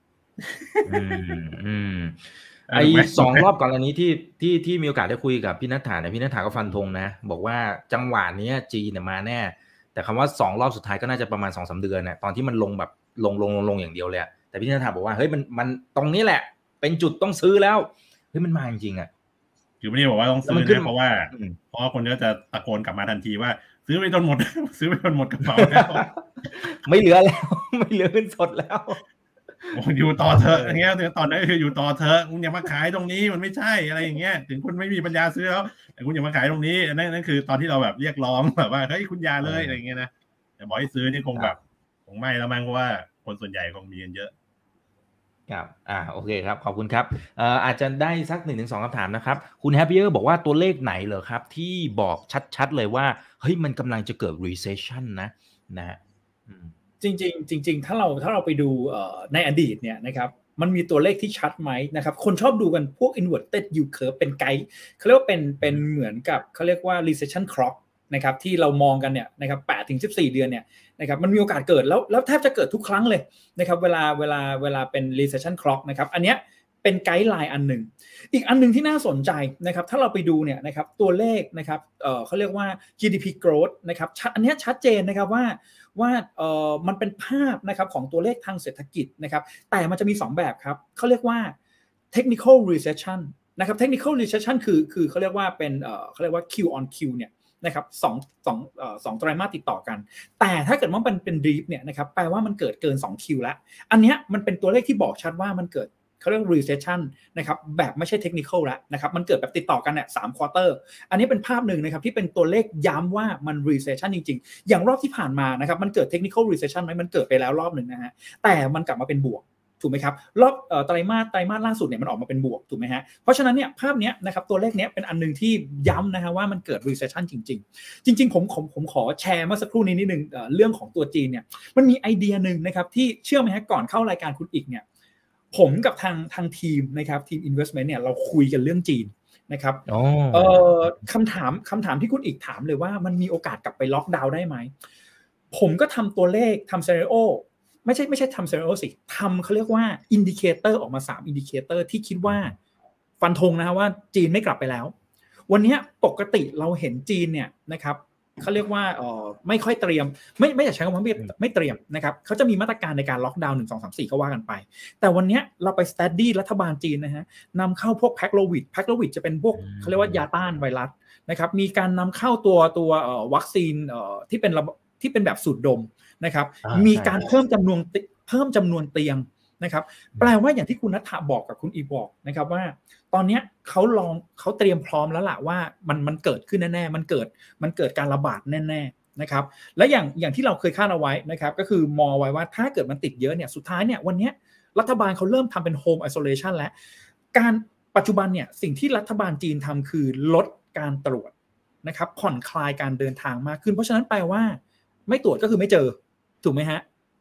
ไอ้2 รอบก่อนอันนี้ที่มีโอกาสได้คุยกับพี่ณัฐฐาเนี่ยพี่ณัฐฐาก็ฟันธงนะบอกว่าจังหวะนี้จีนเนี่ยมาแน่แต่คำว่า2 รอบสุดท้ายก็น่าจะประมาณ 2-3 เดือนเนี่ยตอนที่มันลงแบบลงอย่างเดียวเลยแต่พี่ณัฐฐาบอกว่าเฮ้ยมันตรงนี้แหละเป็นจุดต้องซื้อแล้วเฮ้ยมันมาจริงๆคือไม่ได้บอกว่าต้องซื้อนะเพราะว่าคนก็จะตะโกนกลับมาทันทีว่าซื้อไปจนหมดซื้อไปจนหมดกระเป๋าแล้วไม่เหลือแล้วไม่เหลือเงินสดแล้วอยู่ต่อเถอะอย่างเงี้ยถึงตอนนั้นคืออยู่ต่อเถอะคุณอย่ามาขายตรงนี้มันไม่ใช่อะไรอย่างเงี้ยถึงคุณไม่มีปัญญาซื้อแล้วแต่คุณอย่ามาขายตรงนี้นั่นคือตอนที่เราแบบเรียกร้องแบบว่าเฮ้ยคุณอย่าเลยอะไรอย่างเงี้ยนะแต่บอกให้ซื้อนี่คงไม่แล้วมั้งเพราะว่าคนส่วนใหญ่คงมีกันเยอะครับโอเคครับขอบคุณครับอาจจะได้สัก 1-2 คำถามนะครับคุณแฮปปี้บอกว่าตัวเลขไหนเหรอครับที่บอกชัดๆเลยว่าเฮ้ยมันกำลังจะเกิด recession นะฮะจริงถ้าเราไปดูในอดีตเนี่ยนะครับมันมีตัวเลขที่ชัดไหมนะครับคนชอบดูกันพวก inverted yield curve เป็นไกด์เขาเรียกว่าเป็นเหมือนกับเขาเรียกว่า recession clock นะครับที่เรามองกันเนี่ยนะครับ8-14 เดือนเนี่ยนะครับมันมีโอกาสเกิดแล้วแทบจะเกิดทุกครั้งเลยนะครับเวลาเป็น recession clock นะครับอันเนี้ยเป็นไกด์ไลน์อันหนึ่งอีกอันหนึ่งที่น่าสนใจนะครับถ้าเราไปดูเนี่ยนะครับตัวเลขนะครับเขาเรียกว่า GDP growth นะครับอันนี้ชัดเจนนะครับว่ามันเป็นภาพนะครับของตัวเลขทางเศรษฐกิจนะครับแต่มันจะมี2แบบครับเขาเรียกว่า technical recession นะครับ technical recession คือเขาเรียกว่าเป็นเขาเรียกว่า Q on Q เนี่ยนะครับ2ไตรมาสติดต่อกันแต่ถ้าเกิดว่ามันเป็น deep เนี่ยนะครับแปลว่ามันเกิน2 Q แล้วอันนี้มันเป็นตัวเลขที่บอกชัดว่ามันเกิดเขาเรียก recession นะครับแบบไม่ใช่ technical แล้วนะครับมันเกิดแบบติดต่อกันเนี่ย3 quarter อันนี้เป็นภาพหนึ่งนะครับที่เป็นตัวเลขย้ำว่ามัน recession จริงๆอย่างรอบที่ผ่านมานะครับมันเกิด technical recession ไหมมันเกิดไปแล้วรอบหนึ่งนะฮะแต่มันกลับมาเป็นบวกถูกไหมครับรอบไตรมาสล่าสุดเนี่ยมันออกมาเป็นบวกถูกไหมฮะเพราะฉะนั้นเนี่ยภาพเนี้ยนะครับตัวเลขเนี้ยเป็นอันนึงที่ย้ำนะฮะว่ามันเกิด recession จริงผมขอแชร์เมื่อสักครู่นี้นิดนึงเรื่องของตัวจีนเนี่ยมันมีไอเดียนึงนะครับที่เชื่อไหมฮะก่อนเข้ารายการคุณอีกเนี่ยผมกับทางทีมนะครับทีม investment เนี่ยเราคุยกันเรื่องจีนนะครับคำถามที่คุณอีกถามเลยว่ามันมีโอกาสกลับไปล็อกดาวน์ได้ไหมผมก็ทำตัวเลขทำ scenario ไม่ใช่ทำ scenario สิทำเขาเรียกว่า indicator ออกมา3 indicator ที่คิดว่าฟันธงนะว่าจีนไม่กลับไปแล้ววันนี้ปกติเราเห็นจีนเนี่ยนะครับเขาเรียกว่าไม่ค่อยเตรียมไม่อยากใช้คำว่าไม่เตรียมนะครับเขาจะมีมาตรการในการล็อกดาวน์1 2 3 4ก็ว่ากันไปแต่วันนี้เราไป study รัฐบาลจีนนะฮะนำเข้าพวกแพ็กโลวิดจะเป็นพวกเขาเรียกว่ายาต้านไวรัสนะครับมีการนำเข้าตัววัคซีนที่เป็นแบบสูดดมนะครับมีการเพิ่มจำนวนเตียงนะครับแปลว่าอย่างที่คุณณัฐบอกกับคุณอีบอกนะครับว่าตอนนี้เขาเตรียมพร้อมแล้วล่ะว่ามันเกิดขึ้นแน่ๆมันเกิดการระบาดแน่ๆนะครับและอย่างที่เราเคยคาดเอาไว้นะครับก็คือมองไว้ว่าถ้าเกิดมันติดเยอะเนี่ยสุดท้ายเนี่ยวันนี้รัฐบาลเขาเริ่มทำเป็น home isolation แล้วการปัจจุบันเนี่ยสิ่งที่รัฐบาลจีนทำคือลดการตรวจนะครับผ่อนคลายการเดินทางมากขึ้นเพราะฉะนั้นแปลว่าไม่ตรวจก็คือไม่เจอถูกไหมฮะเพ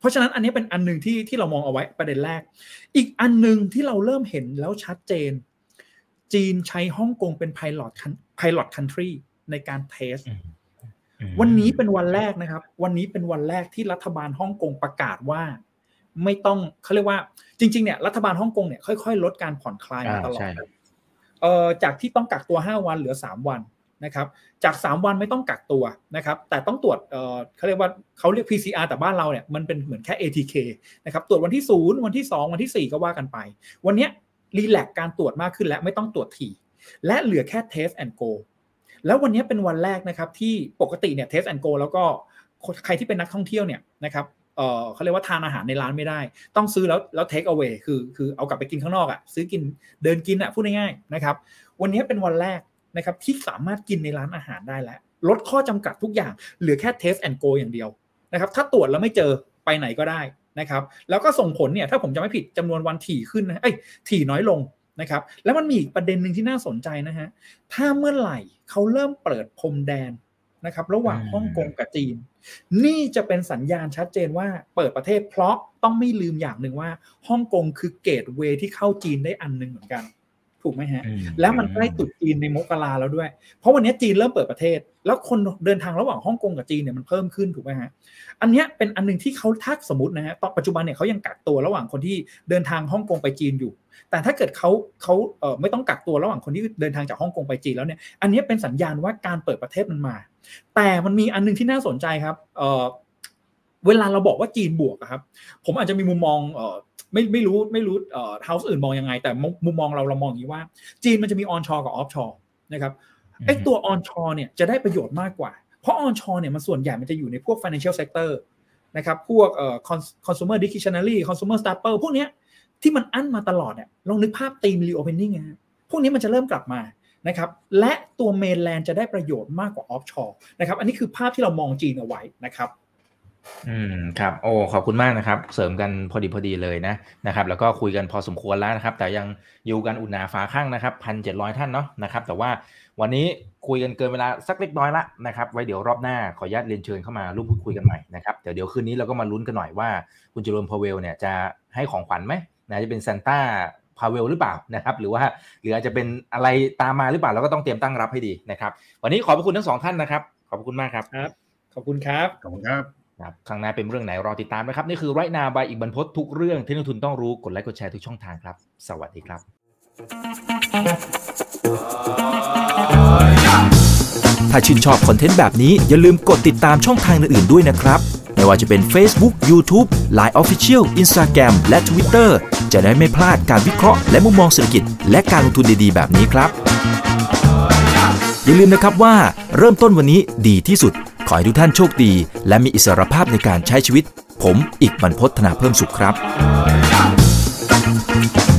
ราะฉะนั้นอันนี้เป็นอันนึงที่เรามองเอาไว้ประเด็นแรกอีกอันนึงที่เราเริ่มเห็นแล้วชัดเจนจีนใช้ฮ่องกงเป็น pilot country ในการเทสวันนี้เป็นวันแรกนะครับวันนี้เป็นวันแรกที่รัฐบาลฮ่องกงประกาศว่าไม่ต้องเขาเรียกว่าจริงๆเนี่ยรัฐบาลฮ่องกงเนี่ยค่อยๆลดการผ่อนคลายมาตลอดจากที่ต้องกักตัว5วันเหลือ3วันนะครับจาก3วันไม่ต้องกักตัวนะครับแต่ต้องตรวจเขาเรียกว่าเขาเรียก PCR แต่บ้านเราเนี่ยมันเป็นเหมือนแค่ ATK นะครับตรวจวันที่0วันที่2วันที่4ก็ว่ากันไปวันนี้รีแลกซ์การตรวจมากขึ้นและไม่ต้องตรวจถี่และเหลือแค่ Test and Go แล้ววันนี้เป็นวันแรกนะครับที่ปกติเนี่ย Test and Go แล้วก็ใครที่เป็นนักท่องเที่ยวเนี่ยนะครับเขาเรียกว่าทานอาหารในร้านไม่ได้ต้องซื้อแล้ว take away คือเอากลับไปกินข้างนอกอ่ะซื้อกินเดินกินอ่ะพูดง่ายๆนะครับวันนี้เป็นวันแรกนะครับที่สามารถกินในร้านอาหารได้แล้วลดข้อจำกัดทุกอย่างเหลือแค่ test and go อย่างเดียวนะครับถ้าตรวจแล้วไม่เจอไปไหนก็ได้นะครับแล้วก็ส่งผลเนี่ยถ้าผมจำไม่ผิดจำนวนวันถี่ขึ้นนะถี่น้อยลงนะครับแล้วมันมีอีกประเด็นหนึ่งที่น่าสนใจนะฮะถ้าเมื่อไหร่เขาเริ่มเปิดพรมแดนนะครับระหว่างฮ่องกงกับจีนนี่จะเป็นสัญญาณชัดเจนว่าเปิดประเทศเพราะต้องไม่ลืมอย่างหนึ่งว่าฮ่องกงคือเกตเวย์ที่เข้าจีนได้อันนึงเหมือนกันถูกไหมฮะแล้วมันใกล้ตรุษจีนในมกราแล้วด้วยเพราะวันนี้จีนเริ่มเปิดประเทศแล้วคนเดินทางระหว่างฮ่องกงกับจีนเนี่ยมันเพิ่มขึ้นถูกไหมฮะอันนี้เป็นอันนึงที่เขาถ้าสมมตินะฮะตอนปัจจุบันเนี่ยเขายังกักตัวระหว่างคนที่เดินทางฮ่องกงไปจีนอยู่แต่ถ้าเกิดเขาไม่ต้องกักตัวระหว่างคนที่เดินทางจากฮ่องกงไปจีนแล้วเนี่ยอันนี้เป็นสัญญาณว่าการเปิดประเทศมันมาแต่มันมีอันนึงที่น่าสนใจครับเวลาเราบอกว่าจีนบวกครับผมอาจจะมีมุมมองไม่รู้เฮาส์อื่นมองยังไงแต่มุมมองเรามองอย่างนี้ว่าจีนมันจะมีออนชอร์กับออฟชอร์นะครับไอ้ตัวออนชอร์เนี่ยจะได้ประโยชน์มากกว่าเพราะออนชอร์เนี่ยมันส่วนใหญ่มันจะอยู่ในพวก financial sector นะครับพวกconsumer discretionary consumer staple พวกเนี้ยที่มันอั้นมาตลอดเนี่ยลองนึกภาพธีม reopening นะพวกนี้มันจะเริ่มกลับมานะครับและตัวเมนแลนด์จะได้ประโยชน์มากกว่าออฟชอร์นะครับอันนี้คือภาพที่เรามองจีนเอาไว้นะครับครับโอ้ขอบคุณมากนะครับเสริมกันพอดีเลยนะครับแล้วก็คุยกันพอสมควรแล้วนะครับแต่ยังอยู่กันอุ่นหนาฝาข้างนะครับ 1,700 ท่านเนาะนะครับแต่ว่าวันนี้คุยกันเกินเวลาสักเล็กน้อยละนะครับไว้เดี๋ยวรอบหน้าขออนุญาตเรียนเชิญเข้ามาร่วมพูดคุยกันใหม่นะครับเดี๋ยวคืนนี้เราก็มาลุ้นกันหน่อยว่าคุณเจอโรม พาเวลเนี่ยจะให้ของขวัญไหมนะจะเป็นซานต้าพาเวลหรือเปล่านะครับหรืออาจจะเป็นอะไรตามมาหรือเปล่าเราก็ต้องเตรียมตั้งรับให้ดีนะครับวันนี้ขอบคุณทั้ง2ท่านนะครับขอบคุณมากครับขอบคุณครับขอบคุณครับข้างหน้าเป็นเรื่องไหนรอติดตามนะครับนี่คือ Right Now by อีกบรรพตทุกเรื่องที่นักทุนต้องรู้กดไลค์กดแชร์ทุกช่องทางครับสวัสดีครับถ้าชื่นชอบคอนเทนต์แบบนี้อย่าลืมกดติดตามช่องทางอื่นๆด้วยนะครับไม่ว่าจะเป็น Facebook, YouTube, Line Official, Instagram และ Twitter จะได้ไม่พลาดการวิเคราะห์และมุมมองเศรษฐกิจและการลงทุนดีๆแบบนี้ครับอย่าลืมนะครับว่าเริ่มต้นวันนี้ดีที่สุดขอให้ทุกท่านโชคดีและมีอิสรภาพในการใช้ชีวิตผมอีกบรรพต ธนาเพิ่มสุขครับ